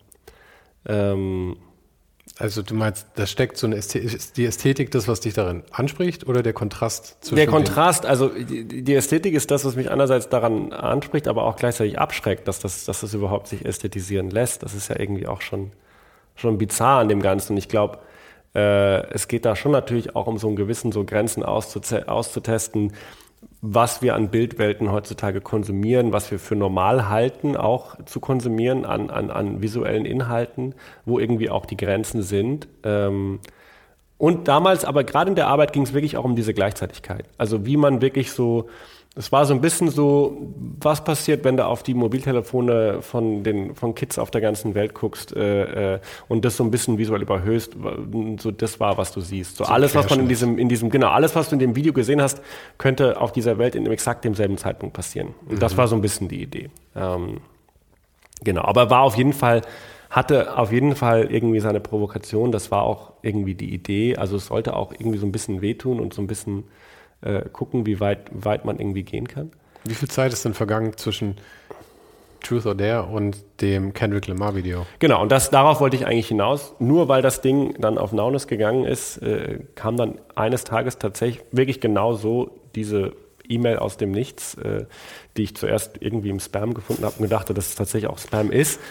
Speaker 2: Ähm,
Speaker 3: also, du meinst, da steckt so eine Ästhetik, ist die Ästhetik das, was dich darin anspricht, oder der Kontrast zwischen
Speaker 2: Der Kontrast, also die, die Ästhetik ist das, was mich einerseits daran anspricht, aber auch gleichzeitig abschreckt, dass das, dass das überhaupt sich ästhetisieren lässt. Das ist ja irgendwie auch schon. schon bizarr an dem Ganzen. Und ich glaube, äh, es geht da schon natürlich auch um so einen gewissen so Grenzen auszute- auszutesten, was wir an Bildwelten heutzutage konsumieren, was wir für normal halten, auch zu konsumieren an, an, an visuellen Inhalten, wo irgendwie auch die Grenzen sind. Ähm, und damals, aber gerade in der Arbeit ging es wirklich auch um diese Gleichzeitigkeit. Also wie man wirklich so, es war so ein bisschen so, was passiert, wenn du auf die Mobiltelefone von den von Kids auf der ganzen Welt guckst äh, äh, und das so ein bisschen visuell überhöhst, so das war, was du siehst. So, so alles, was man in diesem, in diesem, genau, alles, was du in dem Video gesehen hast, könnte auf dieser Welt in exakt demselben Zeitpunkt passieren. Und mhm. das war so ein bisschen die Idee. Ähm, genau, aber war auf jeden Fall, hatte auf jeden Fall irgendwie seine Provokation, das war auch irgendwie die Idee. Also es sollte auch irgendwie so ein bisschen wehtun und so ein bisschen Äh, gucken, wie weit, weit man irgendwie gehen kann.
Speaker 3: Wie viel Zeit ist denn vergangen zwischen Truth or Dare und dem Kendrick Lamar Video?
Speaker 2: Genau, und das, darauf wollte ich eigentlich hinaus. Nur weil das Ding dann auf Naunes gegangen ist, äh, kam dann eines Tages tatsächlich wirklich genau so diese E-Mail aus dem Nichts, äh, die ich zuerst irgendwie im Spam gefunden habe und gedacht, dass es tatsächlich auch Spam ist.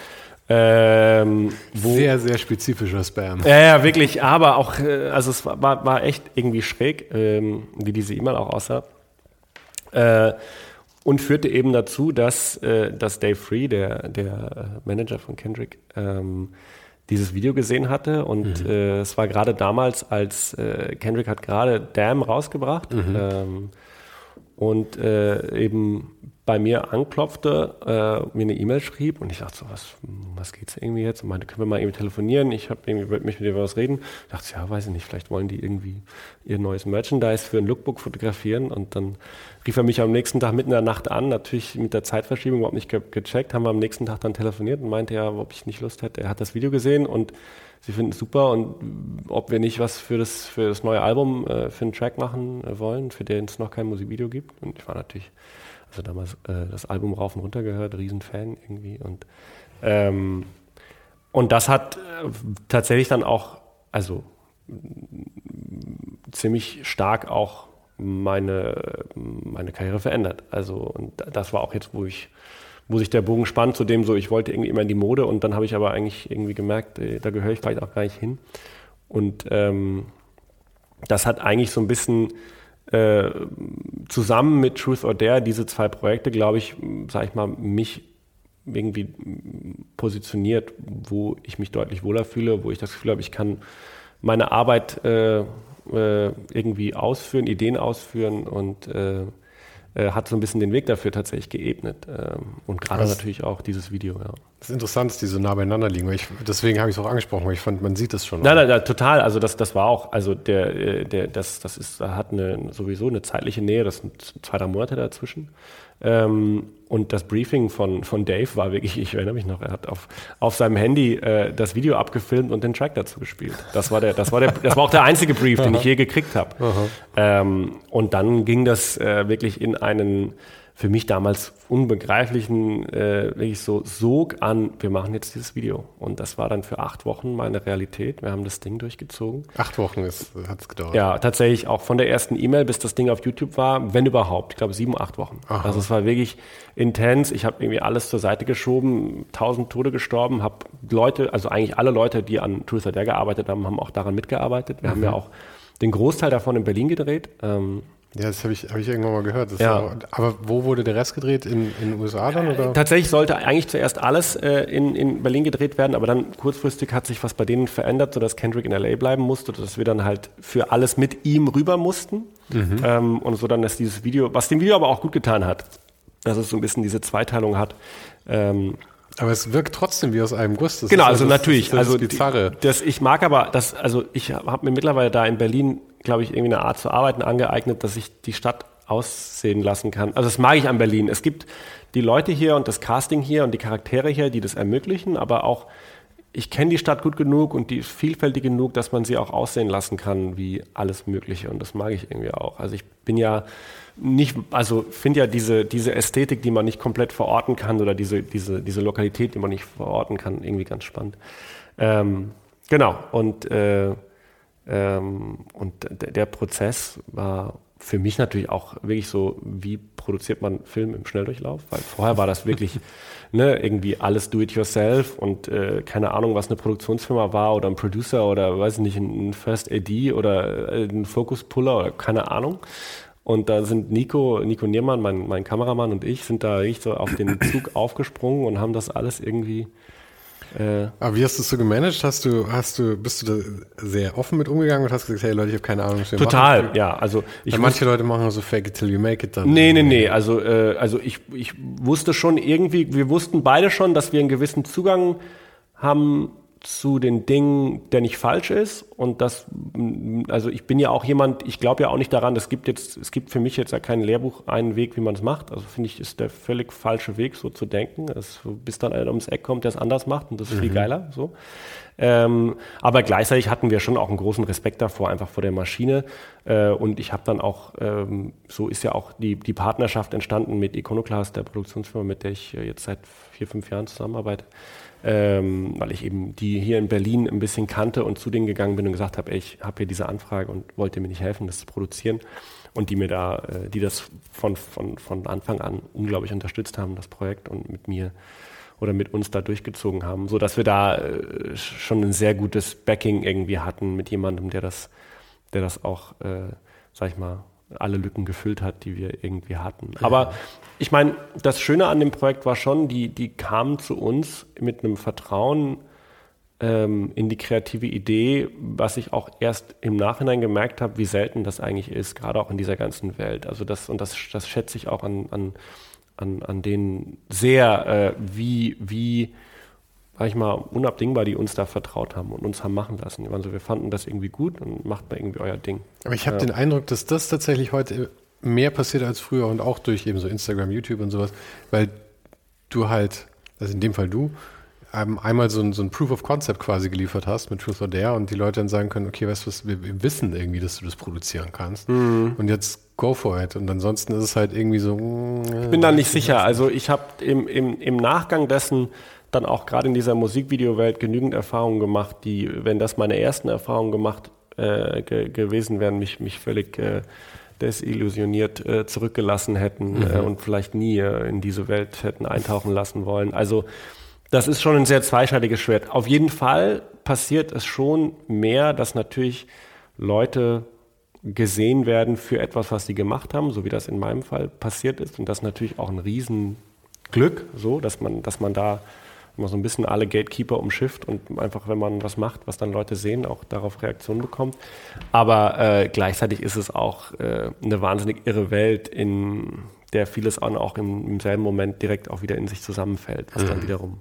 Speaker 2: Ähm, wo,
Speaker 3: sehr, sehr spezifischer Spam.
Speaker 2: Ja, ja, wirklich, aber auch, also es war, war echt irgendwie schräg, ähm, wie diese E-Mail auch aussah. Äh, und führte eben dazu, dass, äh, dass Dave Free, der, der Manager von Kendrick, ähm, dieses Video gesehen hatte und mhm. äh, es war gerade damals, als äh, Kendrick hat gerade Damn rausgebracht mhm. ähm, und äh, eben bei mir anklopfte, äh, mir eine E-Mail schrieb und ich dachte so, was, was geht's irgendwie jetzt? Und meinte, können wir mal irgendwie telefonieren? Ich habe irgendwie wollte mich mit dir was reden. Ich dachte, ja, weiß ich nicht, vielleicht wollen die irgendwie ihr neues Merchandise für ein Lookbook fotografieren und dann rief er mich am nächsten Tag mitten in der Nacht an, natürlich mit der Zeitverschiebung überhaupt nicht ge- gecheckt, haben wir am nächsten Tag dann telefoniert und meinte ja, ob ich nicht Lust hätte. Er hat das Video gesehen und sie finden es super und ob wir nicht was für das, für das neue Album, äh, für einen Track machen äh, wollen, für den es noch kein Musikvideo gibt. Und ich war natürlich Also damals äh, das Album rauf und runter gehört, Riesenfan irgendwie. Und, ähm, und das hat äh, tatsächlich dann auch, also ziemlich stark auch meine, meine Karriere verändert. Also und das war auch jetzt, wo ich, wo sich der Bogen spannt, zu dem so, ich wollte irgendwie immer in die Mode und dann habe ich aber eigentlich irgendwie gemerkt, äh, da gehöre ich vielleicht auch gar nicht hin. Und ähm, das hat eigentlich so ein bisschen Äh, zusammen mit Truth or Dare, diese zwei Projekte, glaube ich, sage ich mal, mich irgendwie positioniert, wo ich mich deutlich wohler fühle, wo ich das Gefühl habe, ich kann meine Arbeit äh, äh, irgendwie ausführen, Ideen ausführen und äh, äh, hat so ein bisschen den Weg dafür tatsächlich geebnet. Ähm, und gerade natürlich auch dieses Video, ja.
Speaker 3: Das ist interessant, dass die so nah beieinander liegen. Weil ich, deswegen habe ich es auch angesprochen, weil ich fand, man sieht es schon.
Speaker 2: Nein, nein, nein, total. Also das, das war auch, also der, der, das, das ist, hat eine, sowieso eine zeitliche Nähe. Das sind zwei, drei Monate dazwischen. Ähm, und das Briefing von, von Dave war wirklich, ich erinnere mich noch, er hat auf, auf seinem Handy äh, das Video abgefilmt und den Track dazu gespielt. Das war der, das war der, das war auch der einzige Brief, den ich je gekriegt habe. Ähm, und dann ging das äh, wirklich in einen für mich damals unbegreiflichen äh, wirklich so Sog an, wir machen jetzt dieses Video. Und das war dann für acht Wochen meine Realität. Wir haben das Ding durchgezogen.
Speaker 3: Acht Wochen hat es gedauert.
Speaker 2: Ja, tatsächlich auch von der ersten E-Mail, bis das Ding auf YouTube war, wenn überhaupt. Ich glaube sieben, acht Wochen. Aha. Also es war wirklich intens. Ich habe irgendwie alles zur Seite geschoben, tausend Tode gestorben, habe Leute, also eigentlich alle Leute, die an Truth or Dare gearbeitet haben, haben auch daran mitgearbeitet. Wir mhm. haben ja auch den Großteil davon in Berlin gedreht. Ähm,
Speaker 3: Ja, das habe ich, hab ich irgendwann mal gehört. Das
Speaker 2: ja.
Speaker 3: auch, aber wo wurde der Rest gedreht? In, in den U S A dann? Oder?
Speaker 2: Tatsächlich sollte eigentlich zuerst alles äh, in, in Berlin gedreht werden, aber dann kurzfristig hat sich was bei denen verändert, sodass Kendrick in L A bleiben musste, dass wir dann halt für alles mit ihm rüber mussten. Mhm. Ähm, und so dann ist dieses Video, was dem Video aber auch gut getan hat, dass es so ein bisschen diese Zweiteilung hat. Ähm,
Speaker 3: aber es wirkt trotzdem wie aus einem Guss. Das
Speaker 2: genau,
Speaker 3: ist
Speaker 2: also
Speaker 3: das,
Speaker 2: natürlich.
Speaker 3: Das, das
Speaker 2: also
Speaker 3: Bizarre.
Speaker 2: Die, das, ich mag aber, das, also ich habe mir mittlerweile da in Berlin, glaube ich, irgendwie eine Art zu arbeiten angeeignet, dass ich die Stadt aussehen lassen kann. Also das mag ich an Berlin. Es gibt die Leute hier und das Casting hier und die Charaktere hier, die das ermöglichen, aber auch ich kenne die Stadt gut genug und die ist vielfältig genug, dass man sie auch aussehen lassen kann wie alles Mögliche und das mag ich irgendwie auch. Also ich bin ja nicht, also finde ja diese, diese Ästhetik, die man nicht komplett verorten kann oder diese, diese, diese Lokalität, die man nicht verorten kann, irgendwie ganz spannend. Ähm, genau, und, äh, ähm, und d- der Prozess war für mich natürlich auch wirklich so, wie produziert man Film im Schnelldurchlauf? Weil vorher war das wirklich ne, irgendwie alles do-it-yourself und äh, keine Ahnung, was eine Produktionsfirma war oder ein Producer oder weiß ich nicht, ein First A D oder äh, ein Focus-Puller oder keine Ahnung. Und da sind Nico, Nico Niermann, mein, mein Kameramann und ich, sind da richtig so auf den Zug aufgesprungen und haben das alles irgendwie Äh,
Speaker 3: Aber wie hast du es so gemanagt? Hast du, hast du, bist du da sehr offen mit umgegangen und hast gesagt, hey Leute, ich habe keine Ahnung, was wir
Speaker 2: total,
Speaker 3: machen?
Speaker 2: ja. Also ich
Speaker 3: ja, manche Leute machen so fake it till you make it dann.
Speaker 2: Nee, nee, nee. Also, äh, also ich, ich wusste schon irgendwie, wir wussten beide schon, dass wir einen gewissen Zugang haben zu den Dingen, der nicht falsch ist. Und das, also ich bin ja auch jemand, ich glaube ja auch nicht daran, es gibt jetzt, es gibt für mich jetzt ja kein Lehrbuch, einen Weg, wie man es macht. Also finde ich, ist der völlig falsche Weg, so zu denken. Das, bis dann einer ums Eck kommt, der es anders macht und das ist mhm. viel geiler, so. Ähm, aber gleichzeitig hatten wir schon auch einen großen Respekt davor, einfach vor der Maschine. Äh, und ich habe dann auch, ähm, so ist ja auch die, die Partnerschaft entstanden mit Iconoclast, der Produktionsfirma, mit der ich jetzt seit vier, fünf Jahren zusammenarbeite. Ähm, weil ich eben die hier in Berlin ein bisschen kannte und zu denen gegangen bin und gesagt habe, ey, ich habe hier diese Anfrage und wollte mir nicht helfen, das zu produzieren. Und die mir da, äh, die das von, von, von Anfang an unglaublich unterstützt haben, das Projekt, und mit mir oder mit uns da durchgezogen haben, so dass wir da äh, schon ein sehr gutes Backing irgendwie hatten mit jemandem, der das, der das auch, äh, sag ich mal, alle Lücken gefüllt hat, die wir irgendwie hatten. Ja. Aber ich meine, das Schöne an dem Projekt war schon, die, die kamen zu uns mit einem Vertrauen, ähm, in die kreative Idee, was ich auch erst im Nachhinein gemerkt habe, wie selten das eigentlich ist, gerade auch in dieser ganzen Welt. Also das, und das, das schätze ich auch an, an, an, an denen sehr, äh, wie, wie, sag ich mal, unabdingbar die uns da vertraut haben und uns haben machen lassen. Also wir fanden das irgendwie gut und macht mal irgendwie euer Ding.
Speaker 3: Aber ich habe
Speaker 2: ja.
Speaker 3: den Eindruck, dass das tatsächlich heute mehr passiert als früher und auch durch eben so Instagram, YouTube und sowas, weil du halt, also in dem Fall du, einmal so ein, so ein Proof of Concept quasi geliefert hast mit Truth or Dare und die Leute dann sagen können, okay, weißt du was, wir, wir wissen irgendwie, dass du das produzieren kannst mhm. und jetzt go for it. Und ansonsten ist es halt irgendwie so...
Speaker 2: Äh, ich bin da nicht sicher. Also ich habe im, im, im Nachgang dessen dann auch gerade in dieser Musikvideowelt genügend Erfahrungen gemacht, die, wenn das meine ersten Erfahrungen gemacht äh, ge- gewesen wären, mich, mich völlig äh, desillusioniert äh, zurückgelassen hätten mhm. äh, und vielleicht nie äh, in diese Welt hätten eintauchen lassen wollen. Also das ist schon ein sehr zweischneidiges Schwert. Auf jeden Fall passiert es schon mehr, dass natürlich Leute gesehen werden für etwas, was sie gemacht haben, so wie das in meinem Fall passiert ist. Und das ist natürlich auch ein Riesenglück, so, dass man, dass man da immer so ein bisschen alle Gatekeeper umschifft und einfach, wenn man was macht, was dann Leute sehen, auch darauf Reaktionen bekommt. Aber äh, gleichzeitig ist es auch äh, eine wahnsinnig irre Welt, in der vieles auch im, im selben Moment direkt auch wieder in sich zusammenfällt, was mhm. dann wiederum...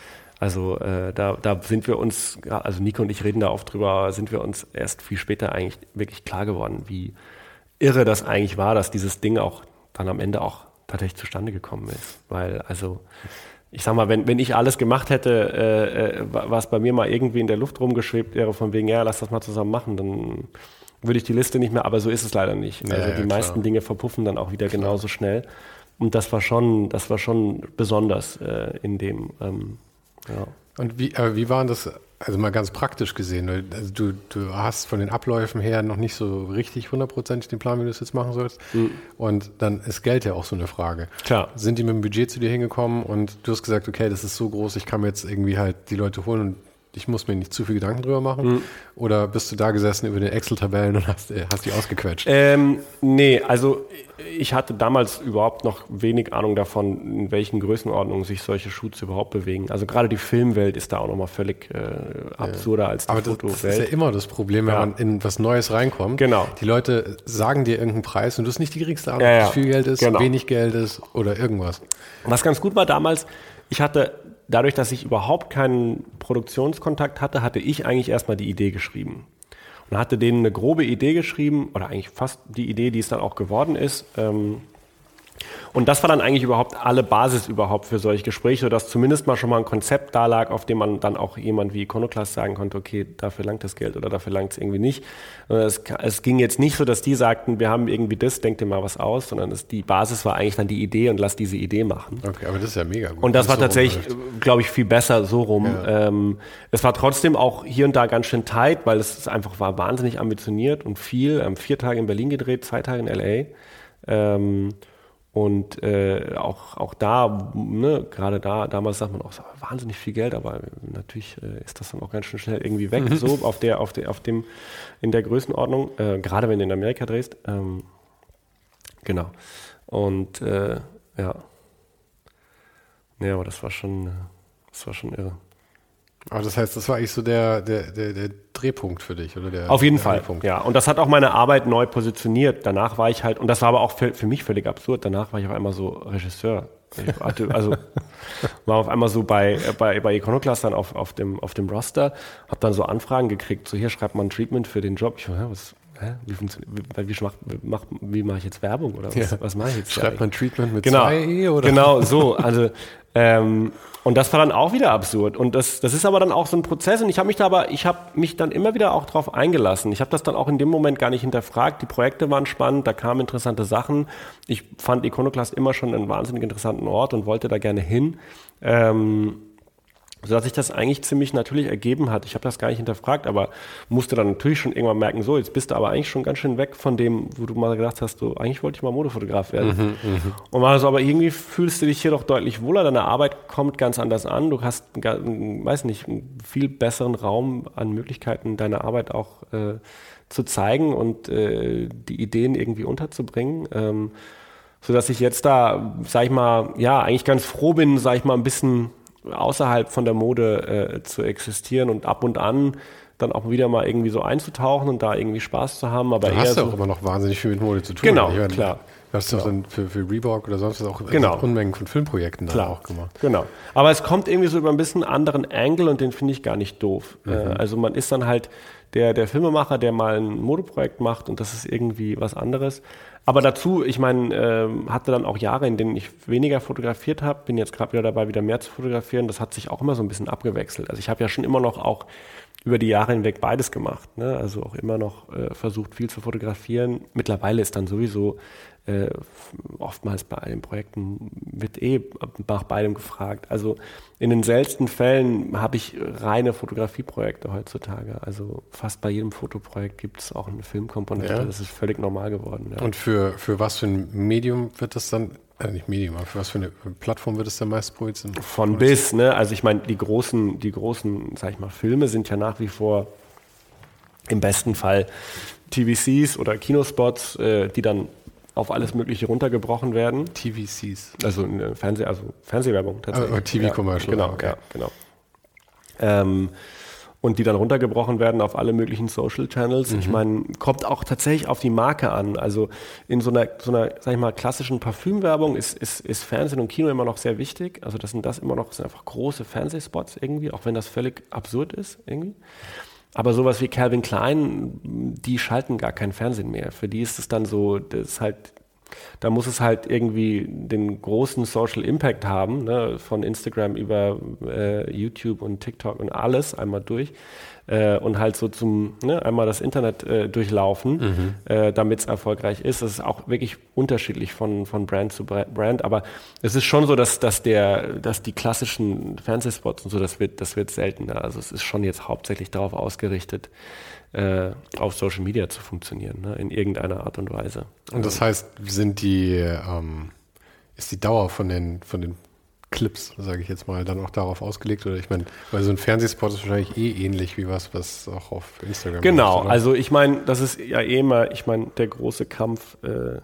Speaker 2: Also äh, da, da sind wir uns, also Nico und ich reden da oft drüber, sind wir uns erst viel später eigentlich wirklich klar geworden, wie irre das eigentlich war, dass dieses Ding auch dann am Ende auch tatsächlich zustande gekommen ist. Weil, also, ich sag mal, wenn, wenn ich alles gemacht hätte, äh, was bei mir mal irgendwie in der Luft rumgeschwebt wäre, von wegen, ja, lass das mal zusammen machen, dann würde ich die Liste nicht mehr, aber so ist es leider nicht.
Speaker 3: Ja,
Speaker 2: also
Speaker 3: ja,
Speaker 2: die
Speaker 3: klar.
Speaker 2: meisten Dinge verpuffen dann auch wieder
Speaker 3: Klar.
Speaker 2: genauso schnell. Und das war schon, das war schon besonders äh, in dem... Ähm, Ja.
Speaker 3: Und wie, äh, wie war das, also mal ganz praktisch gesehen, weil, also du, du hast von den Abläufen her noch nicht so richtig hundertprozentig den Plan, wie du es jetzt machen sollst. Mhm. Und dann ist Geld ja auch so eine Frage.
Speaker 2: Klar.
Speaker 3: Sind die mit dem Budget zu dir hingekommen und du hast gesagt, okay, das ist so groß, ich kann mir jetzt irgendwie halt die Leute holen und ich muss mir nicht zu viel Gedanken drüber machen? Mhm. Oder bist du da gesessen über den Excel-Tabellen und hast, hast die ausgequetscht?
Speaker 2: Ähm, nee, also ich hatte damals überhaupt noch wenig Ahnung davon, in welchen Größenordnungen sich solche Shoots überhaupt bewegen. Also gerade die Filmwelt ist da auch nochmal völlig äh, absurder ja. als die
Speaker 3: Aber
Speaker 2: Fotowelt.
Speaker 3: Das ist ja immer das Problem, wenn ja. man in was Neues reinkommt.
Speaker 2: Genau.
Speaker 3: Die Leute sagen dir irgendeinen Preis und du hast nicht die geringste Ahnung,
Speaker 2: ja, ja.
Speaker 3: ob es viel Geld ist,
Speaker 2: genau.
Speaker 3: wenig Geld ist oder irgendwas.
Speaker 2: Was ganz gut war damals, ich hatte... Dadurch, dass ich überhaupt keinen Produktionskontakt hatte, hatte ich eigentlich erstmal die Idee geschrieben. Und hatte denen eine grobe Idee geschrieben, oder eigentlich fast die Idee, die es dann auch geworden ist. Und das war dann eigentlich überhaupt alle Basis überhaupt für solche Gespräche, sodass zumindest mal schon mal ein Konzept da lag, auf dem man dann auch jemand wie Iconoclast sagen konnte, okay, dafür langt das Geld oder dafür langt es irgendwie nicht. Es, es ging jetzt nicht so, dass die sagten, wir haben irgendwie das, denk dir mal was aus, sondern es, die Basis war eigentlich dann die Idee und lass diese Idee machen.
Speaker 3: Okay, aber das ist ja mega gut.
Speaker 2: Und das war so tatsächlich, glaube ich, viel besser so rum. Ja. Ähm, es war trotzdem auch hier und da ganz schön tight, weil es einfach war wahnsinnig ambitioniert und viel. Ähm, vier Tage in Berlin gedreht, zwei Tage in L A. Ähm, Und äh, auch, auch da, ne, gerade da, damals sagt man auch, so, wahnsinnig viel Geld, aber natürlich äh, ist das dann auch ganz schön schnell irgendwie weg, mhm. so auf der, auf der, auf dem, in der Größenordnung, äh, gerade wenn du in Amerika drehst. Ähm, genau. Und äh, ja. Ja, aber das war schon, das war schon irre.
Speaker 3: Aber das heißt, das war eigentlich so der, der, der, der Drehpunkt für dich, oder? Der,
Speaker 2: Auf jeden
Speaker 3: der
Speaker 2: Fall,
Speaker 3: Drehpunkt.
Speaker 2: ja. Und das hat auch meine Arbeit neu positioniert. Danach war ich halt, und das war aber auch für, für mich völlig absurd, danach war ich auf einmal so Regisseur. Ich hatte, also war auf einmal so bei, bei, bei Iconoclast dann auf, auf, dem, auf dem Roster, hab dann so Anfragen gekriegt, so hier schreibt man ein Treatment für den Job. Ich war, was, hä? Wie, wie, wie, mach, wie mache ich jetzt Werbung oder was,
Speaker 3: ja.
Speaker 2: was mache ich jetzt?
Speaker 3: Schreibt man ein Treatment mit
Speaker 2: genau,
Speaker 3: zwei E oder?
Speaker 2: Genau, so. Also ähm, und das war dann auch wieder absurd. Und das, das ist aber dann auch so ein Prozess. Und ich habe mich da aber, ich habe mich dann immer wieder auch drauf eingelassen. Ich habe das dann auch in dem Moment gar nicht hinterfragt. Die Projekte waren spannend, da kamen interessante Sachen. Ich fand Iconoclast immer schon einen wahnsinnig interessanten Ort und wollte da gerne hin. Ähm, sodass sich das eigentlich ziemlich natürlich ergeben hat. Ich habe das gar nicht hinterfragt, aber musste dann natürlich schon irgendwann merken, so, jetzt bist du aber eigentlich schon ganz schön weg von dem, wo du mal gedacht hast, so, eigentlich wollte ich mal Modefotograf werden. Mhm, mh. Und war so, aber irgendwie fühlst du dich hier doch deutlich wohler, deine Arbeit kommt ganz anders an, du hast, einen, weiß nicht, einen viel besseren Raum an Möglichkeiten, deine Arbeit auch äh, zu zeigen und äh, die Ideen irgendwie unterzubringen. Ähm, sodass ich jetzt da, sag ich mal, ja, eigentlich ganz froh bin, sag ich mal, ein bisschen außerhalb von der Mode äh, zu existieren und ab und an dann auch wieder mal irgendwie so einzutauchen und da irgendwie Spaß zu haben. Aber
Speaker 3: du
Speaker 2: eher
Speaker 3: hast ja
Speaker 2: so
Speaker 3: auch immer noch wahnsinnig viel mit Mode zu tun.
Speaker 2: Genau,
Speaker 3: ich meine,
Speaker 2: klar.
Speaker 3: Du hast doch dann für, für Reebok oder sonst was auch
Speaker 2: Genau.
Speaker 3: Unmengen von Filmprojekten dann
Speaker 2: Klar.
Speaker 3: auch gemacht.
Speaker 2: Genau. Aber es kommt irgendwie so über ein bisschen anderen Angle und den finde ich gar nicht doof. Mhm. Äh, also man ist dann halt der, der Filmemacher, der mal ein Modeprojekt macht und das ist irgendwie was anderes. Aber dazu, ich meine, äh, hatte dann auch Jahre, in denen ich weniger fotografiert habe, bin jetzt gerade wieder dabei, wieder mehr zu fotografieren. Das hat sich auch immer so ein bisschen abgewechselt. Also ich habe ja schon immer noch auch über die Jahre hinweg beides gemacht. Ne? Also auch immer noch äh, versucht, viel zu fotografieren. Mittlerweile ist dann sowieso äh, oftmals bei allen Projekten wird eh nach beidem gefragt. Also in den seltensten Fällen habe ich reine Fotografieprojekte heutzutage. Also fast bei jedem Fotoprojekt gibt es auch eine Filmkomponente.
Speaker 3: Ja.
Speaker 2: Das ist völlig normal geworden. Ja.
Speaker 3: Und für, für was für ein Medium wird das dann, äh, nicht Medium, aber für was für eine Plattform wird es dann meist produziert?
Speaker 2: Von bis, ne? Also ich meine, die großen, die großen, sag ich mal, Filme sind ja nach wie vor im besten Fall T V Cs oder Kinospots, äh, die dann auf alles Mögliche runtergebrochen werden.
Speaker 3: T V Cs.
Speaker 2: Also eine Fernseh, also Fernsehwerbung tatsächlich.
Speaker 3: Oh, T V-Commercial.
Speaker 2: Ja, genau,
Speaker 3: okay.
Speaker 2: ja, genau. Ähm, und die dann runtergebrochen werden auf alle möglichen Social Channels. Mhm. Ich meine, kommt auch tatsächlich auf die Marke an. Also in so einer, so einer, sag ich mal, klassischen Parfümwerbung ist, ist, ist Fernsehen und Kino immer noch sehr wichtig. Also das sind das immer noch, das sind einfach große Fernsehspots irgendwie, auch wenn das völlig absurd ist irgendwie. Aber sowas wie Calvin Klein, die schalten gar kein Fernsehen mehr. Für die ist es dann so, das ist halt, da muss es halt irgendwie den großen Social Impact haben, ne, von Instagram über äh, YouTube und TikTok und alles einmal durch äh, und halt so zum, ne, einmal das Internet äh, durchlaufen, mhm. äh, damit es erfolgreich ist. Das ist auch wirklich unterschiedlich von, von Brand zu Brand, aber es ist schon so, dass, dass der, dass die klassischen Fernsehspots und so, das wird, das wird seltener. Also es ist schon jetzt hauptsächlich darauf ausgerichtet, äh, auf Social Media zu funktionieren, ne, in irgendeiner Art und Weise.
Speaker 3: Und das heißt, sind die, ähm, ist die Dauer von den, von den Clips, sage ich jetzt mal, dann auch darauf ausgelegt? Oder ich meine, weil so ein Fernsehspot ist wahrscheinlich eh ähnlich wie was, was auch auf Instagram
Speaker 2: Genau,
Speaker 3: ist,
Speaker 2: also ich meine, das ist ja eh immer, ich meine, der große Kampf äh,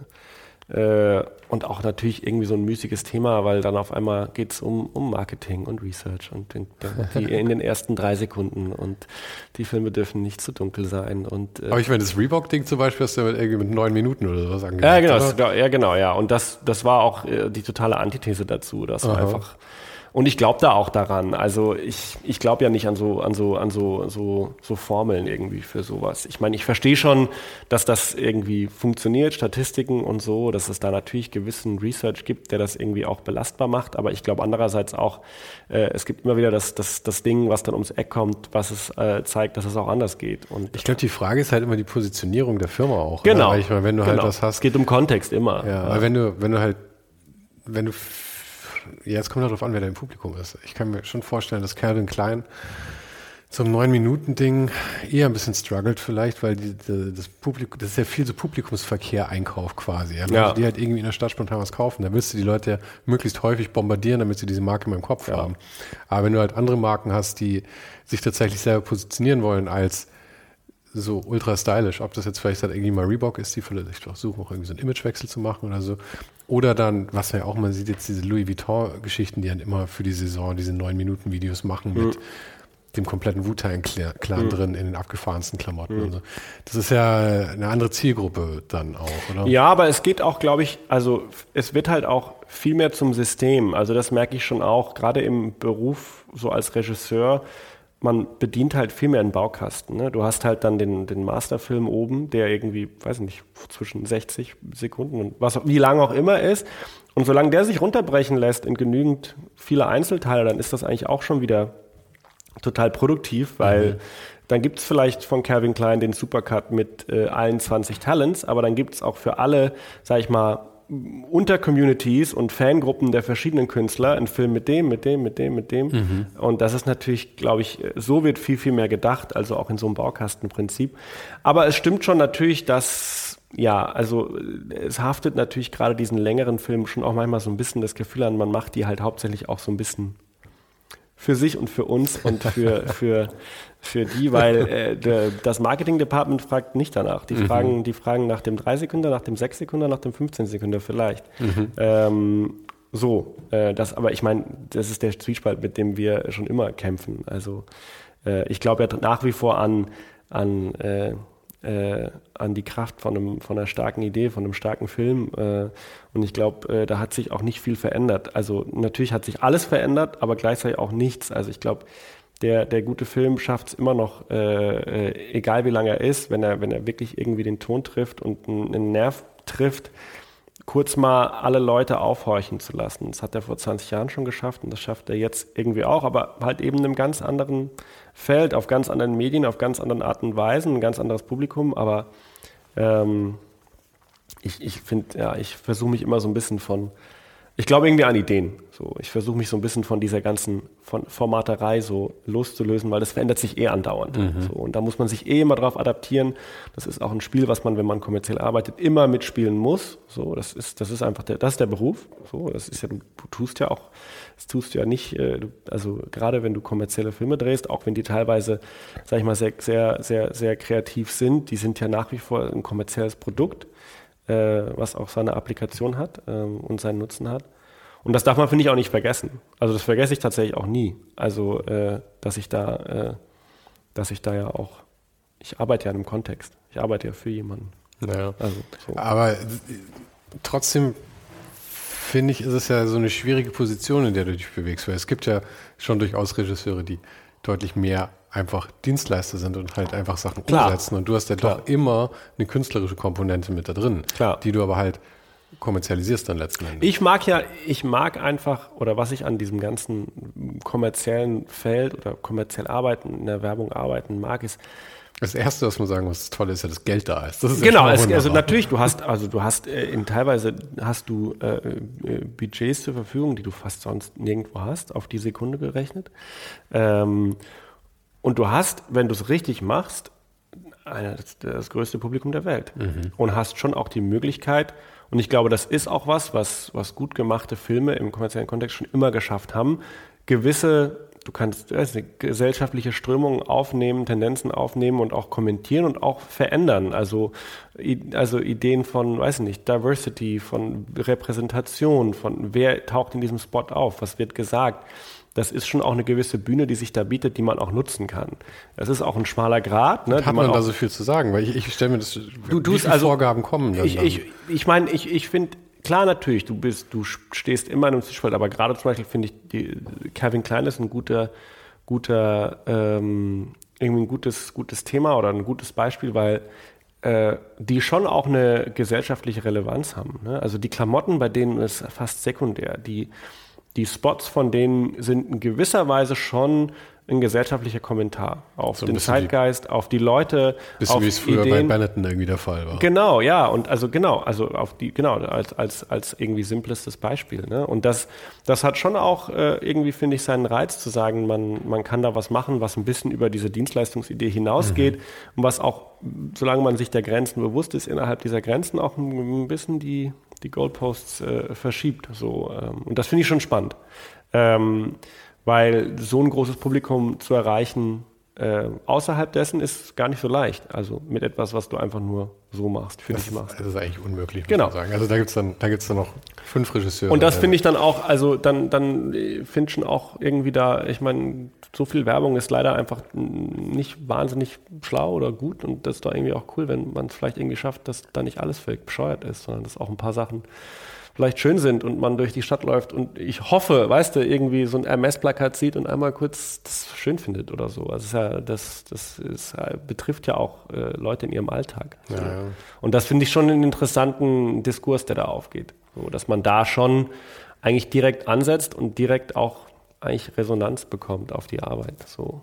Speaker 2: äh, und auch natürlich irgendwie so ein müßiges Thema, weil dann auf einmal geht es um, um Marketing und Research und den, die in den ersten drei Sekunden und die Filme dürfen nicht zu dunkel sein. Und, äh,
Speaker 3: aber ich meine, das Reebok-Ding zum Beispiel hast du ja irgendwie mit neun Minuten oder sowas angekündigt.
Speaker 2: Ja, genau, das, ja, genau, ja. Und das, das war auch äh, die totale Antithese dazu. Das war
Speaker 3: Aha.
Speaker 2: einfach. Und ich glaube da auch daran. Also ich, ich glaube ja nicht an so, an so, an so, so, so Formeln irgendwie für sowas. Ich meine, ich verstehe schon, dass das irgendwie funktioniert, Statistiken und so, dass es da natürlich gewissen Research gibt, der das irgendwie auch belastbar macht. Aber ich glaube andererseits auch, äh, es gibt immer wieder das, das, das Ding, was dann ums Eck kommt, was es äh, zeigt, dass es auch anders geht. Und
Speaker 3: ich glaube, die Frage ist halt immer die Positionierung der Firma auch.
Speaker 2: Genau.
Speaker 3: Weil ich meine, wenn du
Speaker 2: genau.
Speaker 3: halt das hast.
Speaker 2: Es geht um Kontext immer.
Speaker 3: Ja, aber wenn du, wenn du halt, wenn du ja, jetzt kommt darauf an, wer da im Publikum ist. Ich kann mir schon vorstellen, dass Calvin Klein zum neun-Minuten-Ding eher ein bisschen struggelt vielleicht, weil die, die, das Publikum, das ist ja viel so Publikumsverkehr-Einkauf quasi. Ja?
Speaker 2: Ja.
Speaker 3: Also die halt irgendwie in der Stadt spontan was kaufen. Da willst du die Leute ja möglichst häufig bombardieren, damit sie diese Marke in meinem Kopf
Speaker 2: Ja.
Speaker 3: haben. Aber wenn du halt andere Marken hast, die sich tatsächlich selber positionieren wollen als so ultra stylisch, ob das jetzt vielleicht halt irgendwie mal Reebok ist, die vielleicht versuchen, auch irgendwie so einen Imagewechsel zu machen oder so. Oder dann, was man ja auch mal sieht, jetzt diese Louis Vuitton-Geschichten, die dann immer für die Saison diese neun-Minuten-Videos machen mit mhm. dem kompletten Wu-Tang-Clan mhm. drin in den abgefahrensten Klamotten mhm. und so. Das ist ja eine andere Zielgruppe dann auch, oder?
Speaker 2: Ja, aber es geht auch, glaube ich, also es wird halt auch viel mehr zum System. Also das merke ich schon auch, gerade im Beruf so als Regisseur, man bedient halt viel mehr einen Baukasten. Ne? Du hast halt dann den, den Masterfilm oben, der irgendwie, weiß nicht, zwischen sechzig Sekunden und was, wie lang auch immer ist. Und solange der sich runterbrechen lässt in genügend viele Einzelteile, dann ist das eigentlich auch schon wieder total produktiv, weil mhm. dann gibt es vielleicht von Calvin Klein den Supercut mit äh, allen zwanzig Talents, aber dann gibt es auch für alle, sag ich mal, Untercommunities und Fangruppen der verschiedenen Künstler einen Film mit dem, mit dem, mit dem, mit dem. Mhm. Und das ist natürlich, glaube ich, so wird viel, viel mehr gedacht, also auch in so einem Baukastenprinzip. Aber es stimmt schon natürlich, dass, ja, also es haftet natürlich gerade diesen längeren Filmen schon auch manchmal so ein bisschen das Gefühl an, man macht die halt hauptsächlich auch so ein bisschen für sich und für uns und für, für, für die, weil äh, de, das Marketing-Department fragt nicht danach. Die, mhm. fragen, die fragen nach dem drei Sekunden, nach dem sechs Sekunden, nach dem fünfzehn Sekunden vielleicht. Mhm. Ähm, So, äh, das, aber ich meine, das ist der Zwiespalt, mit dem wir schon immer kämpfen. Also äh, ich glaube ja nach wie vor an, an, äh, äh, an die Kraft von, einem, von einer starken Idee, von einem starken Film. Äh, und ich glaube, äh, da hat sich auch nicht viel verändert. Also natürlich hat sich alles verändert, aber gleichzeitig auch nichts. Also ich glaube, der, der gute Film schafft es immer noch, äh, äh, egal wie lang er ist, wenn er, wenn er wirklich irgendwie den Ton trifft und einen, einen Nerv trifft, kurz mal alle Leute aufhorchen zu lassen. Das hat er vor zwanzig Jahren schon geschafft und das schafft er jetzt irgendwie auch, aber halt eben in einem ganz anderen Feld, auf ganz anderen Medien, auf ganz anderen Arten und Weisen, ein ganz anderes Publikum, aber ähm, ich, ich finde, ja, ich versuche mich immer so ein bisschen von, ich glaube irgendwie an Ideen. So, ich versuche mich so ein bisschen von dieser ganzen von Formaterei so loszulösen, weil das verändert sich eh andauernd. Mhm. So, und da muss man sich eh immer drauf adaptieren. Das ist auch ein Spiel, was man, wenn man kommerziell arbeitet, immer mitspielen muss. So, das ist, das ist einfach der, das ist der Beruf. So, das ist ja, du, du tust ja auch, das tust du ja nicht, äh, du, also gerade wenn du kommerzielle Filme drehst, auch wenn die teilweise, sag ich mal, sehr, sehr, sehr, sehr kreativ sind, die sind ja nach wie vor ein kommerzielles Produkt, äh, was auch seine Applikation hat ähm, und seinen Nutzen hat. Und das darf man, finde ich, auch nicht vergessen. Also das vergesse ich tatsächlich auch nie. Also, äh, dass ich da, äh, dass ich da ja auch, ich arbeite ja in einem Kontext. Ich arbeite ja für jemanden.
Speaker 3: Naja.
Speaker 2: Also, so.
Speaker 3: Aber trotzdem finde ich, ist es ja so eine schwierige Position, in der du dich bewegst. Weil es gibt ja schon durchaus Regisseure, die deutlich mehr einfach Dienstleister sind und halt einfach Sachen
Speaker 2: Klar.
Speaker 3: umsetzen. Und du hast ja
Speaker 2: Klar.
Speaker 3: doch immer eine künstlerische Komponente mit da drin,
Speaker 2: Klar.
Speaker 3: die du aber halt kommerzialisierst dann letzten Endes.
Speaker 2: Ich mag ja, ich mag einfach, oder was ich an diesem ganzen kommerziellen Feld oder kommerziell arbeiten, in der Werbung arbeiten mag, ist,
Speaker 3: das Erste, was man sagen muss, das Tolle ist ja, dass Geld da ist. Das ist
Speaker 2: genau,
Speaker 3: ja
Speaker 2: es, also natürlich, du hast, also du hast äh, in teilweise hast du äh, äh, Budgets zur Verfügung, die du fast sonst nirgendwo hast, auf die Sekunde gerechnet. Ähm, und du hast, wenn du es richtig machst, eine, das, das größte Publikum der Welt. Mhm. Und hast schon auch die Möglichkeit, und ich glaube, das ist auch was, was, was gut gemachte Filme im kommerziellen Kontext schon immer geschafft haben, gewisse, du kannst äh, gesellschaftliche Strömungen aufnehmen, Tendenzen aufnehmen und auch kommentieren und auch verändern. Also, also Ideen von, weiß ich nicht, Diversity, von Repräsentation, von wer taucht in diesem Spot auf, was wird gesagt. Das ist schon auch eine gewisse Bühne, die sich da bietet, die man auch nutzen kann. Das ist auch ein schmaler Grat. Ne,
Speaker 3: hat man, man da so viel zu sagen? Weil ich, ich stelle mir das,
Speaker 2: du,
Speaker 3: wie viele
Speaker 2: also,
Speaker 3: Vorgaben kommen dann?
Speaker 2: Ich, ich, ich meine, ich, ich finde, klar natürlich, du bist, du stehst immer in einem Zwiespalt, aber gerade zum Beispiel finde ich, die, Calvin Klein ist ein guter, guter, ähm, irgendwie ein gutes, gutes Thema oder ein gutes Beispiel, weil äh, die schon auch eine gesellschaftliche Relevanz haben. Ne? Also die Klamotten, bei denen ist fast sekundär. Die Die Spots von denen sind in gewisser Weise schon ein gesellschaftlicher Kommentar auf so den Zeitgeist, auf die Leute,
Speaker 3: bisschen
Speaker 2: auf
Speaker 3: wie es früher
Speaker 2: Ideen.
Speaker 3: bei Benetton irgendwie der Fall war.
Speaker 2: Genau, ja, und also genau, also auf die, genau, als, als, als irgendwie simplestes Beispiel. Ne? Und das, das hat schon auch äh, irgendwie, finde ich, seinen Reiz zu sagen, man, man kann da was machen, was ein bisschen über diese Dienstleistungsidee hinausgeht mhm. und was auch, solange man sich der Grenzen bewusst ist, innerhalb dieser Grenzen auch ein, ein bisschen die die Goalposts äh, verschiebt. So, ähm, und das finde ich schon spannend. Ähm, weil so ein großes Publikum zu erreichen, äh, außerhalb dessen ist gar nicht so leicht. Also mit etwas, was du einfach nur so machst, für
Speaker 3: das
Speaker 2: dich machst.
Speaker 3: Das ist eigentlich unmöglich, muss
Speaker 2: genau.
Speaker 3: man sagen. Also da gibt es dann, da gibt's dann noch fünf Regisseure.
Speaker 2: Und das finde ich dann auch, also dann, dann finde ich schon auch irgendwie da, ich meine, so viel Werbung ist leider einfach nicht wahnsinnig schlau oder gut und das ist doch irgendwie auch cool, wenn man es vielleicht irgendwie schafft, dass da nicht alles völlig bescheuert ist, sondern dass auch ein paar Sachen vielleicht schön sind und man durch die Stadt läuft und ich hoffe, weißt du, irgendwie so ein Hermes-Plakat sieht und einmal kurz das schön findet oder so. Also ist ja, das, das ist, betrifft ja auch äh, Leute in ihrem Alltag. So. Ja, ja. Und das finde ich schon einen interessanten Diskurs, der da aufgeht. So, dass man da schon eigentlich direkt ansetzt und direkt auch eigentlich Resonanz bekommt auf die Arbeit. So,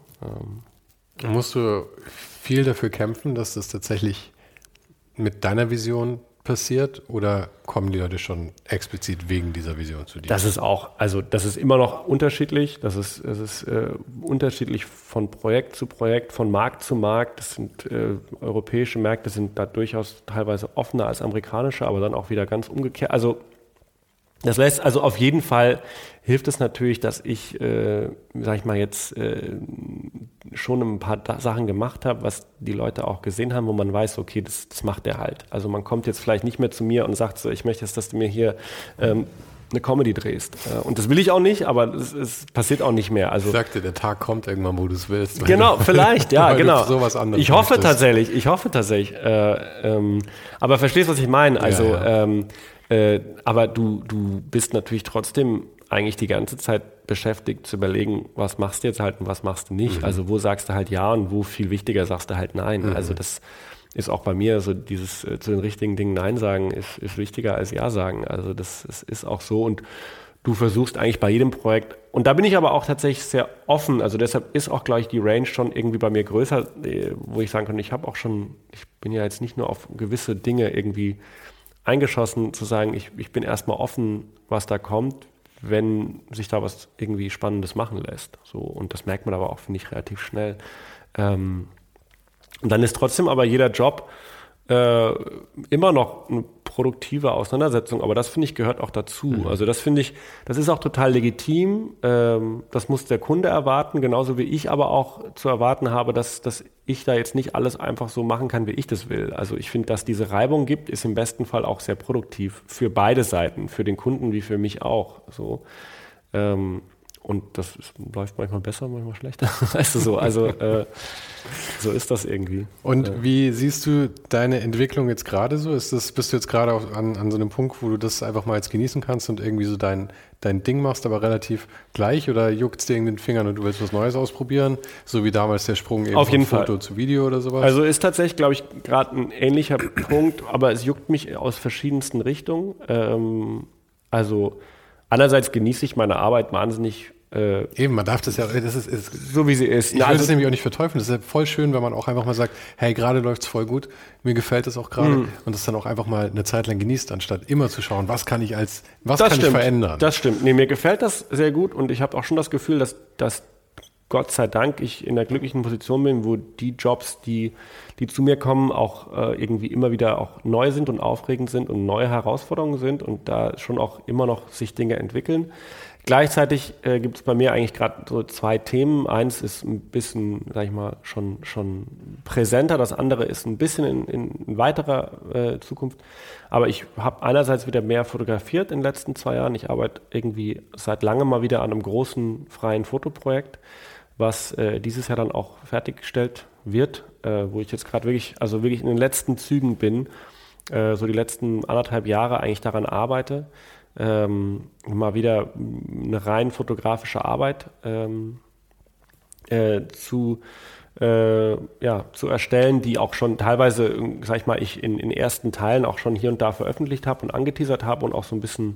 Speaker 2: ähm.
Speaker 3: Musst du viel dafür kämpfen, dass das tatsächlich mit deiner Vision passiert oder kommen die Leute schon explizit wegen dieser Vision zu dir?
Speaker 2: Das ist auch, also das ist immer noch unterschiedlich. Das ist, das ist äh, unterschiedlich von Projekt zu Projekt, von Markt zu Markt. Das sind äh, europäische Märkte sind da durchaus teilweise offener als amerikanische, aber dann auch wieder ganz umgekehrt. Also das lässt, also auf jeden Fall hilft es natürlich, dass ich, äh, sag ich mal jetzt, äh, schon ein paar da- Sachen gemacht habe, was die Leute auch gesehen haben, wo man weiß, okay, das, das macht der halt. Also man kommt jetzt vielleicht nicht mehr zu mir und sagt so, ich möchte jetzt, dass du mir hier ähm, eine Comedy drehst. Und das will ich auch nicht, aber es, es passiert auch nicht mehr. Also,
Speaker 3: ich sagte, der Tag kommt irgendwann, wo du es willst.
Speaker 2: Genau,
Speaker 3: du,
Speaker 2: vielleicht, ja, genau.
Speaker 3: Sowas anderes
Speaker 2: ich hoffe
Speaker 3: möchtest.
Speaker 2: tatsächlich, ich hoffe tatsächlich. Äh, ähm, aber verstehst, was ich meine? Also,
Speaker 3: ja, ja.
Speaker 2: Ähm, äh, aber du, du bist natürlich trotzdem eigentlich die ganze Zeit beschäftigt zu überlegen, was machst du jetzt halt und was machst du nicht. Mhm. Also wo sagst du halt ja und wo viel wichtiger sagst du halt nein. Mhm. Also das ist auch bei mir so, dieses äh, zu den richtigen Dingen Nein sagen ist, ist wichtiger als Ja sagen. Also das, das ist auch so und du versuchst eigentlich bei jedem Projekt, und da bin ich aber auch tatsächlich sehr offen, also deshalb ist auch, glaube ich, die Range schon irgendwie bei mir größer, wo ich sagen kann, ich habe auch schon, ich bin ja jetzt nicht nur auf gewisse Dinge irgendwie eingeschossen, zu sagen, ich, ich bin erstmal offen, was da kommt, wenn sich da was irgendwie Spannendes machen lässt. So, und das merkt man aber auch, finde ich, relativ schnell. Ähm, und dann ist trotzdem aber jeder Job äh, immer noch eine produktive Auseinandersetzung, aber das, finde ich, gehört auch dazu. Mhm. Also das finde ich, das ist auch total legitim. Ähm, das muss der Kunde erwarten, genauso wie ich aber auch zu erwarten habe, dass, dass ich da jetzt nicht alles einfach so machen kann, wie ich das will. Also ich finde, dass diese Reibung gibt, ist im besten Fall auch sehr produktiv für beide Seiten, für den Kunden wie für mich auch. So. Ähm, und das ist, läuft manchmal besser, manchmal schlechter. Weißt du so, also äh, so ist das irgendwie.
Speaker 3: Und
Speaker 2: äh.
Speaker 3: wie siehst du deine Entwicklung jetzt gerade so? Ist das, bist du jetzt gerade auch an, an so einem Punkt, wo du das einfach mal jetzt genießen kannst und irgendwie so dein, dein Ding machst, aber relativ gleich, oder juckt es dir in den Fingern und du willst was Neues ausprobieren? So wie damals der Sprung eben
Speaker 2: Auf jeden
Speaker 3: von Foto
Speaker 2: Fall.
Speaker 3: zu Video oder sowas?
Speaker 2: Also ist tatsächlich, glaube ich, gerade ein ähnlicher Punkt, aber es juckt mich aus verschiedensten Richtungen. Ähm, also einerseits genieße ich meine Arbeit wahnsinnig. Äh,
Speaker 3: Eben, man darf das ja, das ist, ist
Speaker 2: so wie sie ist.
Speaker 3: Ich
Speaker 2: Na,
Speaker 3: will
Speaker 2: also,
Speaker 3: das nämlich auch nicht verteufeln. Das ist ja voll schön, wenn man auch einfach mal sagt, hey, gerade läuft's voll gut, mir gefällt es auch gerade, mm. und das dann auch einfach mal eine Zeit lang genießt, anstatt immer zu schauen, was kann ich als, was
Speaker 2: das
Speaker 3: kann
Speaker 2: stimmt,
Speaker 3: ich verändern.
Speaker 2: Das stimmt. Nee, mir gefällt das sehr gut und ich habe auch schon das Gefühl, dass, dass Gott sei Dank ich in der glücklichen Position bin, wo die Jobs, die, die zu mir kommen, auch äh, irgendwie immer wieder auch neu sind und aufregend sind und neue Herausforderungen sind und da schon auch immer noch sich Dinge entwickeln. Gleichzeitig äh, gibt es bei mir eigentlich gerade so zwei Themen. Eins ist ein bisschen, sag ich mal, schon, schon präsenter. Das andere ist ein bisschen in, in weiterer äh, Zukunft. Aber ich habe einerseits wieder mehr fotografiert in den letzten zwei Jahren. Ich arbeite irgendwie seit langem mal wieder an einem großen freien Fotoprojekt, was äh, dieses Jahr dann auch fertiggestellt wird, äh, wo ich jetzt gerade wirklich, also wirklich in den letzten Zügen bin, äh, so die letzten anderthalb Jahre eigentlich daran arbeite. Ähm, mal wieder eine rein fotografische Arbeit ähm, äh, zu, äh, ja, zu erstellen, die auch schon teilweise, sag ich mal, ich in, in ersten Teilen auch schon hier und da veröffentlicht habe und angeteasert habe und auch so ein bisschen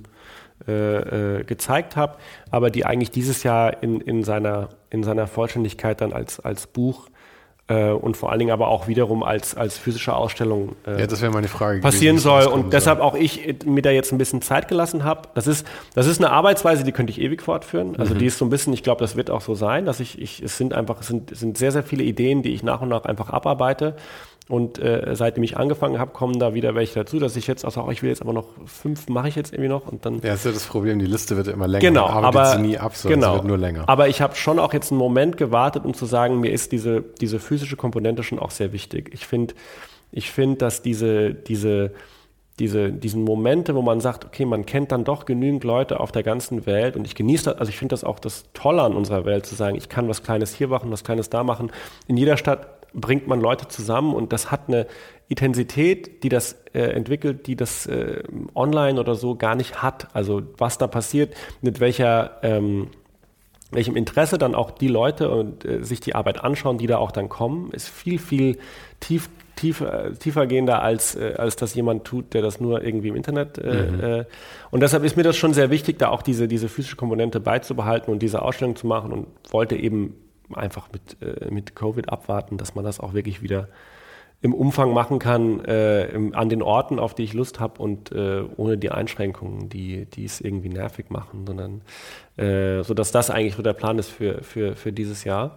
Speaker 2: äh, äh, gezeigt habe, aber die eigentlich dieses Jahr in, in, seiner, in seiner Vollständigkeit dann als, als Buch Äh, und vor allen Dingen aber auch wiederum als, als physische Ausstellung äh,
Speaker 3: ja, das wäre meine Frage
Speaker 2: passieren
Speaker 3: gewesen,
Speaker 2: soll und deshalb auch ich mir da jetzt ein bisschen Zeit gelassen habe. Das ist, das ist eine Arbeitsweise, die könnte ich ewig fortführen. Also mhm. die ist so ein bisschen, ich glaube, das wird auch so sein, dass ich, ich es sind einfach, es sind, es sind sehr, sehr viele Ideen, die ich nach und nach einfach abarbeite. Und äh, seitdem ich angefangen habe, kommen da wieder welche dazu, dass ich jetzt auch sage, oh, ich will jetzt aber noch fünf, mache ich jetzt irgendwie noch und dann.
Speaker 3: Ja, das ist ja das Problem, die Liste wird immer länger.
Speaker 2: Genau,
Speaker 3: arbeitet
Speaker 2: aber
Speaker 3: sie nie ab, sondern
Speaker 2: genau,
Speaker 3: sie wird nur länger.
Speaker 2: Aber ich habe schon auch jetzt einen Moment gewartet, um zu sagen, mir ist diese diese physische Komponente schon auch sehr wichtig. Ich finde, ich finde, dass diese diese diese diesen Momente, wo man sagt, okay, man kennt dann doch genügend Leute auf der ganzen Welt und ich genieße das, also ich finde das auch das Tolle an unserer Welt, zu sagen, ich kann was Kleines hier machen, was Kleines da machen. In jeder Stadt bringt man Leute zusammen und das hat eine Intensität, die das äh, entwickelt, die das äh, online oder so gar nicht hat. Also was da passiert, mit welcher ähm, welchem Interesse dann auch die Leute und äh, sich die Arbeit anschauen, die da auch dann kommen, ist viel, viel tief, tief, äh, tiefergehender als, äh, als das jemand tut, der das nur irgendwie im Internet äh, mhm. äh, und deshalb ist mir das schon sehr wichtig, da auch diese, diese physische Komponente beizubehalten und diese Ausstellung zu machen und wollte eben einfach mit, äh, mit Covid abwarten, dass man das auch wirklich wieder im Umfang machen kann, äh, im, an den Orten, auf die ich Lust habe und äh, ohne die Einschränkungen, die, die es irgendwie nervig machen, sondern äh, so dass das eigentlich so der Plan ist für, für, für dieses Jahr.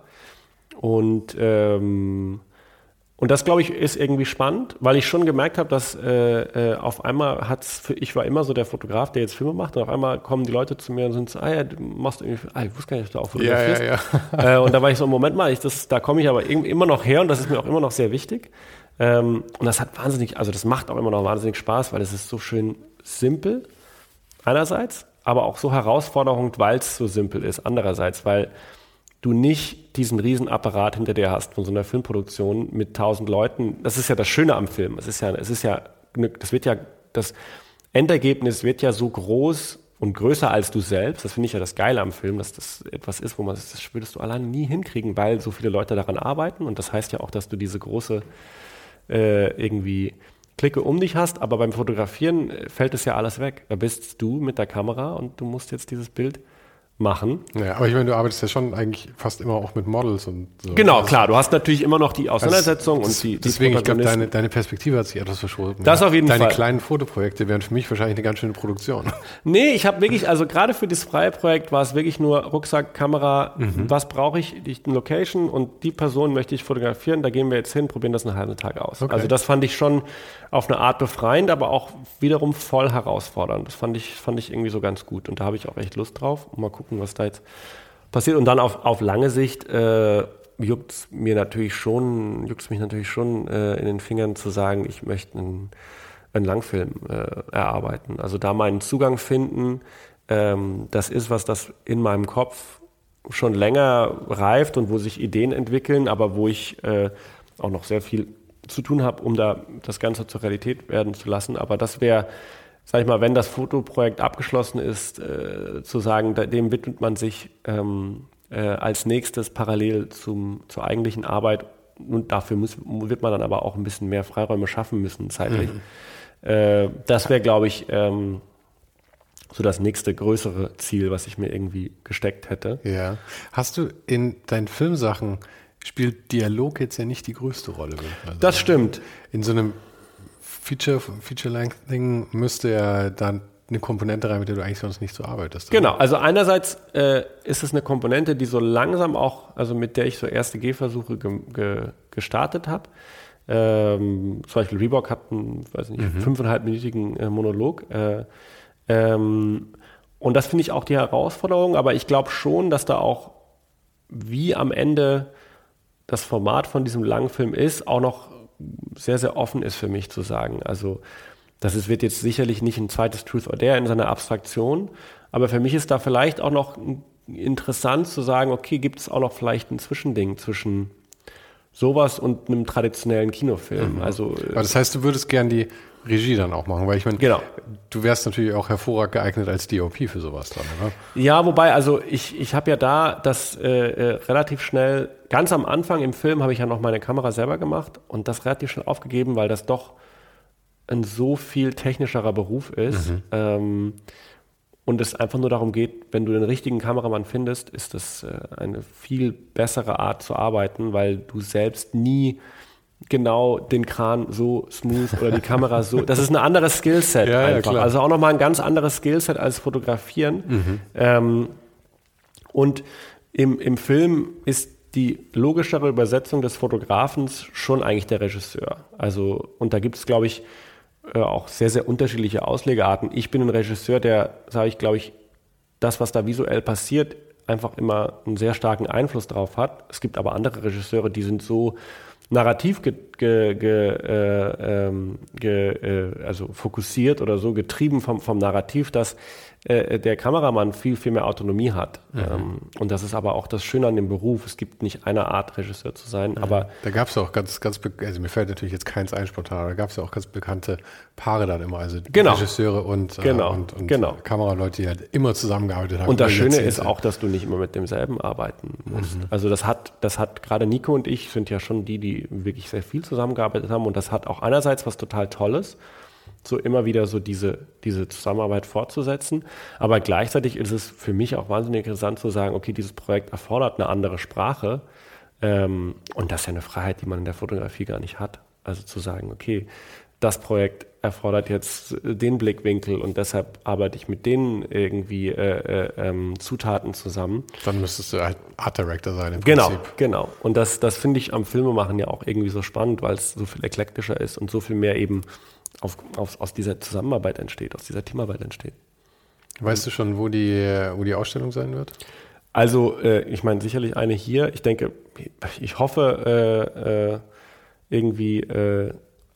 Speaker 2: Und ähm, Und das, glaube ich, ist irgendwie spannend, weil ich schon gemerkt habe, dass äh, äh, auf einmal hat's, für, ich war immer so der Fotograf, der jetzt Filme macht, und auf einmal kommen die Leute zu mir und sind so, ah ja, du machst irgendwie, ah, ich wusste gar nicht, dass du auch fotografierst.
Speaker 3: Ja, ja, ja.
Speaker 2: äh, und da war ich so, Moment mal, ich, das, da komme ich aber immer noch her und das ist mir auch immer noch sehr wichtig. Ähm, und das hat wahnsinnig, also das macht auch immer noch wahnsinnig Spaß, weil es ist so schön simpel einerseits, aber auch so herausfordernd, weil es so simpel ist. Andererseits, weil du nicht diesen Riesenapparat hinter dir hast von so einer Filmproduktion mit tausend Leuten. Das ist ja das Schöne am Film. Es ist ja, es ist ja, das wird ja, das Endergebnis wird ja so groß und größer als du selbst. Das finde ich ja das Geile am Film, dass das etwas ist, wo man, das würdest du alleine nie hinkriegen, weil so viele Leute daran arbeiten. Und das heißt ja auch, dass du diese große äh, irgendwie Clique um dich hast. Aber beim Fotografieren fällt es ja alles weg. Da bist du mit der Kamera und du musst jetzt dieses Bild machen.
Speaker 3: Ja, aber ich meine, du arbeitest ja schon eigentlich fast immer auch mit Models und so.
Speaker 2: Genau,
Speaker 3: also,
Speaker 2: klar, du hast natürlich immer noch die Auseinandersetzung
Speaker 3: also,
Speaker 2: und die, die
Speaker 3: deswegen, ich glaube, deine, deine Perspektive hat sich etwas verschoben.
Speaker 2: Das auf jeden
Speaker 3: deine
Speaker 2: Fall.
Speaker 3: Deine kleinen Fotoprojekte wären für mich wahrscheinlich eine ganz schöne Produktion.
Speaker 2: Nee, ich habe wirklich, also gerade für das freie Projekt war es wirklich nur Rucksack, Kamera, mhm. was brauche ich, die Location und die Person möchte ich fotografieren, da gehen wir jetzt hin, probieren das einen halben Tag aus. Okay. Also das fand ich schon auf eine Art befreiend, aber auch wiederum voll herausfordernd. Das fand ich, fand ich irgendwie so ganz gut und da habe ich auch echt Lust drauf. Mal gucken, was da jetzt passiert. Und dann auf, auf lange Sicht äh, juckt's mir natürlich schon, juckt's mich natürlich schon äh, in den Fingern zu sagen, ich möchte einen, einen Langfilm äh, erarbeiten. Also da meinen Zugang finden, ähm, das ist was, das in meinem Kopf schon länger reift und wo sich Ideen entwickeln, aber wo ich äh, auch noch sehr viel zu tun habe, um da das Ganze zur Realität werden zu lassen. Aber das wäre, sag ich mal, wenn das Fotoprojekt abgeschlossen ist, äh, zu sagen, da, dem widmet man sich ähm, äh, als nächstes parallel zum, zur eigentlichen Arbeit. Und dafür muss, wird man dann aber auch ein bisschen mehr Freiräume schaffen müssen, zeitlich. Mhm. Äh, das wäre, glaube ich, ähm, so das nächste größere Ziel, was ich mir irgendwie gesteckt hätte.
Speaker 3: Ja. Hast du in deinen Filmsachen, spielt Dialog jetzt ja nicht die größte Rolle? Also
Speaker 2: das stimmt.
Speaker 3: In so einem Feature, Feature-Length-Ding müsste ja dann eine Komponente rein, mit der du eigentlich sonst nicht so arbeitest.
Speaker 2: Genau, also einerseits äh, ist es eine Komponente, die so langsam auch, also mit der ich so erste Gehversuche ge, ge, gestartet habe. Ähm, zum Beispiel Reebok hat einen, weiß nicht, mhm. fünfeinhalbminütigen äh, Monolog. Äh, ähm, und das finde ich auch die Herausforderung, aber ich glaube schon, dass da auch, wie am Ende das Format von diesem langen Film ist, auch noch sehr, sehr offen ist für mich zu sagen. Also das ist, wird jetzt sicherlich nicht ein zweites Truth or Dare in seiner Abstraktion, aber für mich ist da vielleicht auch noch interessant zu sagen, okay, gibt es auch noch vielleicht ein Zwischending zwischen sowas und einem traditionellen Kinofilm. Mhm. Also,
Speaker 3: aber das heißt, du würdest gern die Regie dann auch machen, weil ich meine,
Speaker 2: genau.
Speaker 3: Du wärst natürlich auch hervorragend geeignet als D O P für sowas dann, oder?
Speaker 2: Ja, wobei, also ich, ich habe ja da das äh, äh, relativ schnell, ganz am Anfang im Film habe ich ja noch meine Kamera selber gemacht und das relativ schnell aufgegeben, weil das doch ein so viel technischerer Beruf ist. Mhm. Ähm, und es einfach nur darum geht, wenn du den richtigen Kameramann findest, ist das äh, eine viel bessere Art zu arbeiten, weil du selbst nie genau den Kran so smooth oder die Kamera so, das ist ein anderes Skillset
Speaker 3: ja,
Speaker 2: einfach.
Speaker 3: Ja,
Speaker 2: also auch nochmal ein ganz anderes Skillset als Fotografieren. Mhm. Ähm, und im, im Film ist die logischere Übersetzung des Fotografens schon eigentlich der Regisseur. Also, und da gibt es, glaube ich, auch sehr, sehr unterschiedliche Auslegearten. Ich bin ein Regisseur, der, sage ich, glaube ich, das, was da visuell passiert, einfach immer einen sehr starken Einfluss drauf hat. Es gibt aber andere Regisseure, die sind so narrativ ge, ge, ge, äh, ähm, ge, äh, also fokussiert oder so getrieben vom, vom Narrativ, dass äh, der Kameramann viel, viel mehr Autonomie hat. Mhm. Ähm, und das ist aber auch das Schöne an dem Beruf. Es gibt nicht eine Art, Regisseur zu sein. Mhm. Aber
Speaker 3: da gab es auch ganz, ganz, also mir fällt natürlich jetzt keins ein spontan, aber da gab es ja auch ganz bekannte Paare dann immer, also
Speaker 2: genau.
Speaker 3: Regisseure und,
Speaker 2: genau.
Speaker 3: äh, und, und
Speaker 2: genau.
Speaker 3: Kameraleute, die halt immer zusammengearbeitet haben.
Speaker 2: Und das Schöne ist auch, dass du nicht immer mit demselben arbeiten musst. Mhm. Also das hat, das hat gerade Nico und ich sind ja schon die, die wirklich sehr viel zusammengearbeitet haben und das hat auch einerseits was total Tolles, so immer wieder so diese, diese Zusammenarbeit fortzusetzen, aber gleichzeitig ist es für mich auch wahnsinnig interessant zu sagen, okay, dieses Projekt erfordert eine andere Sprache ähm, und das ist ja eine Freiheit, die man in der Fotografie gar nicht hat. Also zu sagen, okay, das Projekt erfordert jetzt den Blickwinkel und deshalb arbeite ich mit denen irgendwie äh, äh, ähm, Zutaten zusammen.
Speaker 3: Dann müsstest du halt Art Director sein im
Speaker 2: genau,
Speaker 3: Prinzip. Genau,
Speaker 2: und das, das finde ich am Filmemachen ja auch irgendwie so spannend, weil es so viel eklektischer ist und so viel mehr eben auf, auf, aus dieser Zusammenarbeit entsteht, aus dieser Teamarbeit entsteht.
Speaker 3: Weißt du schon, wo die, wo die Ausstellung sein wird?
Speaker 2: Also, äh, ich meine, sicherlich eine hier. Ich denke, ich hoffe äh, äh, irgendwie äh,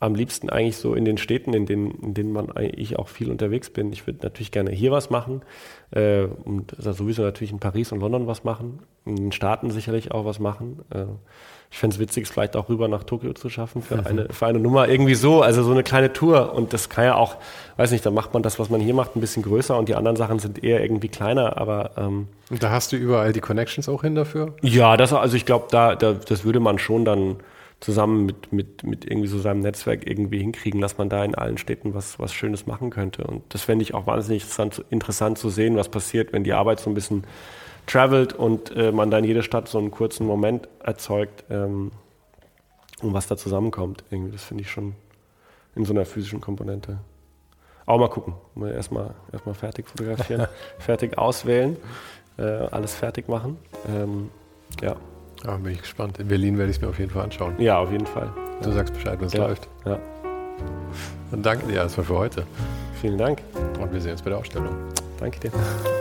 Speaker 2: am liebsten eigentlich so in den Städten, in denen, in denen man ich auch viel unterwegs bin. Ich würde natürlich gerne hier was machen äh, und also sowieso natürlich in Paris und London was machen, in den Staaten sicherlich auch was machen. Äh, ich fände es witzig, es vielleicht auch rüber nach Tokio zu schaffen für, mhm. eine, für eine Nummer, irgendwie so, also so eine kleine Tour. Und das kann ja auch, weiß nicht, dann macht man das, was man hier macht, ein bisschen größer und die anderen Sachen sind eher irgendwie kleiner, aber ähm,
Speaker 3: und da hast du überall die Connections auch hin dafür?
Speaker 2: Ja, das, also ich glaube, da, da, das würde man schon dann zusammen mit, mit, mit irgendwie so seinem Netzwerk irgendwie hinkriegen, dass man da in allen Städten was, was Schönes machen könnte. Und das fände ich auch wahnsinnig interessant, interessant zu sehen, was passiert, wenn die Arbeit so ein bisschen travelt und äh, man da in jeder Stadt so einen kurzen Moment erzeugt ähm, und was da zusammenkommt. Irgendwie, das finde ich schon in so einer physischen Komponente. Auch mal gucken. Mal erstmal erstmal fertig fotografieren, fertig auswählen, äh, alles fertig machen. Ähm, ja.
Speaker 3: Ja, bin ich gespannt. In Berlin werde ich es mir auf jeden Fall anschauen.
Speaker 2: Ja, auf jeden Fall.
Speaker 3: Du ja. sagst Bescheid, wenn es
Speaker 2: ja.
Speaker 3: läuft.
Speaker 2: Ja.
Speaker 3: Dann danke dir erstmal für heute.
Speaker 2: Vielen Dank.
Speaker 3: Und wir sehen uns bei der Ausstellung.
Speaker 2: Danke dir.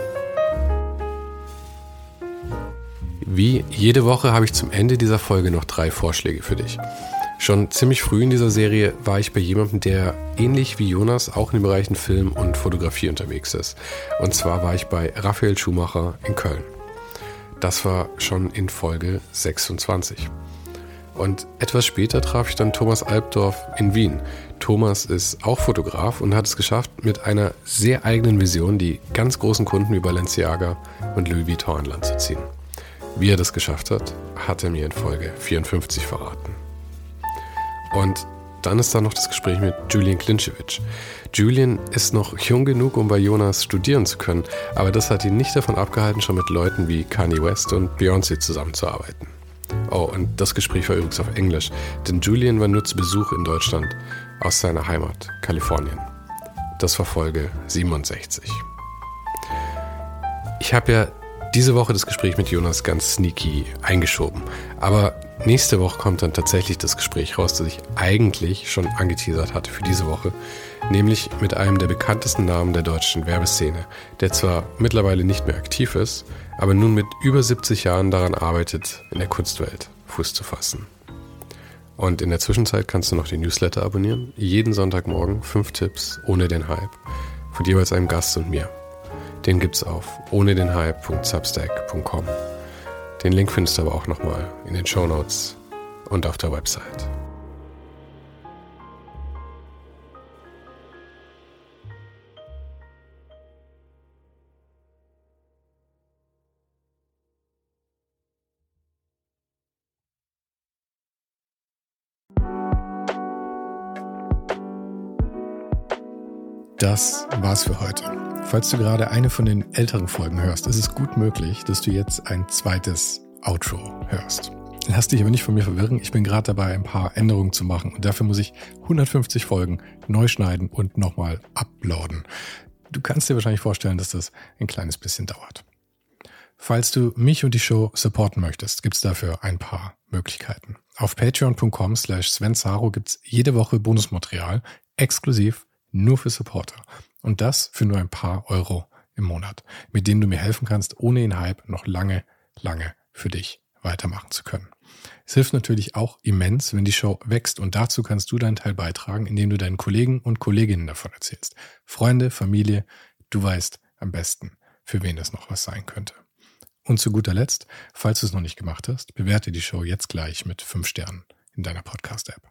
Speaker 1: Wie jede Woche habe ich zum Ende dieser Folge noch drei Vorschläge für dich. Schon ziemlich früh in dieser Serie war ich bei jemandem, der ähnlich wie Jonas auch in den Bereichen Film und Fotografie unterwegs ist. Und zwar war ich bei Raphael Schumacher in Köln. Das war schon in Folge sechsundzwanzig. Und etwas später traf ich dann Thomas Albdorf in Wien. Thomas ist auch Fotograf und hat es geschafft, mit einer sehr eigenen Vision die ganz großen Kunden wie Balenciaga und Louis Vuitton an Land zu ziehen. Wie er das geschafft hat, hat er mir in Folge vierundfünfzig verraten. Und dann ist da noch das Gespräch mit Julian Klinchewitsch. Julian ist noch jung genug, um bei Jonas studieren zu können, aber das hat ihn nicht davon abgehalten, schon mit Leuten wie Kanye West und Beyoncé zusammenzuarbeiten. Oh, und das Gespräch war übrigens auf Englisch, denn Julian war nur zu Besuch in Deutschland aus seiner Heimat, Kalifornien. Das war Folge siebenundsechzig. Ich habe ja diese Woche das Gespräch mit Jonas ganz sneaky eingeschoben, aber nächste Woche kommt dann tatsächlich das Gespräch raus, das ich eigentlich schon angeteasert hatte für diese Woche, nämlich mit einem der bekanntesten Namen der deutschen Werbeszene, der zwar mittlerweile nicht mehr aktiv ist, aber nun mit über siebzig Jahren daran arbeitet, in der Kunstwelt Fuß zu fassen. Und in der Zwischenzeit kannst du noch den Newsletter abonnieren, jeden Sonntagmorgen fünf Tipps ohne den Hype, von jeweils einem Gast und mir. Den gibt's auf ohne den hype punkt substack punkt com. Den Link findest du aber auch nochmal in den Shownotes und auf der Website.
Speaker 4: Das war's für heute. Falls du gerade eine von den älteren Folgen hörst, ist es gut möglich, dass du jetzt ein zweites Outro hörst. Lass dich aber nicht von mir verwirren, ich bin gerade dabei, ein paar Änderungen zu machen und dafür muss ich hundertfünfzig Folgen neu schneiden und nochmal uploaden. Du kannst dir wahrscheinlich vorstellen, dass das ein kleines bisschen dauert. Falls du mich und die Show supporten möchtest, gibt's dafür ein paar Möglichkeiten. Auf patreon punkt com slash Sven Zaro gibt's jede Woche Bonusmaterial, exklusiv nur für Supporter. Und das für nur ein paar Euro im Monat, mit denen du mir helfen kannst, ohne den Hype noch lange, lange für dich weitermachen zu können. Es hilft natürlich auch immens, wenn die Show wächst und dazu kannst du deinen Teil beitragen, indem du deinen Kollegen und Kolleginnen davon erzählst. Freunde, Familie, du weißt am besten, für wen das noch was sein könnte. Und zu guter Letzt, falls du es noch nicht gemacht hast, bewerte die Show jetzt gleich mit fünf Sternen in deiner Podcast-App.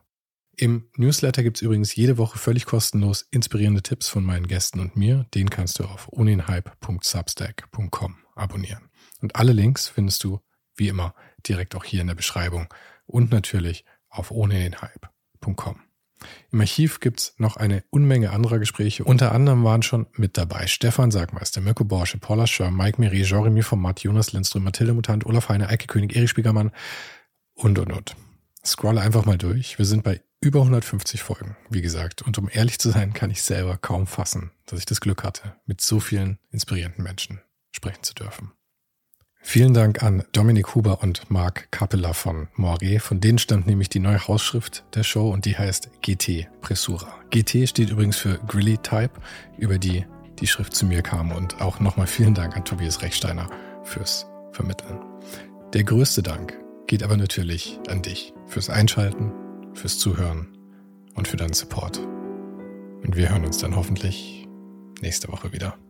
Speaker 4: Im Newsletter gibt es übrigens jede Woche völlig kostenlos inspirierende Tipps von meinen Gästen und mir. Den kannst du auf ohne den hype punkt substack punkt com abonnieren. Und alle Links findest du, wie immer, direkt auch hier in der Beschreibung und natürlich auf ohne den hype punkt com. Im Archiv gibt es noch eine Unmenge anderer Gespräche. Unter anderem waren schon mit dabei Stefan Sagmeister, Mirko Borsche, Paula Schör, Mike Miri, Jeremy Format, Jonas Lindström, Mathilde Mutant, Olaf Heine, Eike König, Erich Spiegermann und, und, und. Scrolle einfach mal durch. Wir sind bei über hundertfünfzig Folgen, wie gesagt. Und um ehrlich zu sein, kann ich selber kaum fassen, dass ich das Glück hatte, mit so vielen inspirierenden Menschen sprechen zu dürfen. Vielen Dank an Dominik Huber und Marc Capella von Moiré. Von denen stammt nämlich die neue Hausschrift der Show und die heißt G T Pressura. G T steht übrigens für Grilly Type, über die die Schrift zu mir kam. Und auch nochmal vielen Dank an Tobias Rechsteiner fürs Vermitteln. Der größte Dank geht aber natürlich an dich fürs Einschalten, fürs Zuhören und für deinen Support. Und wir hören uns dann hoffentlich nächste Woche wieder.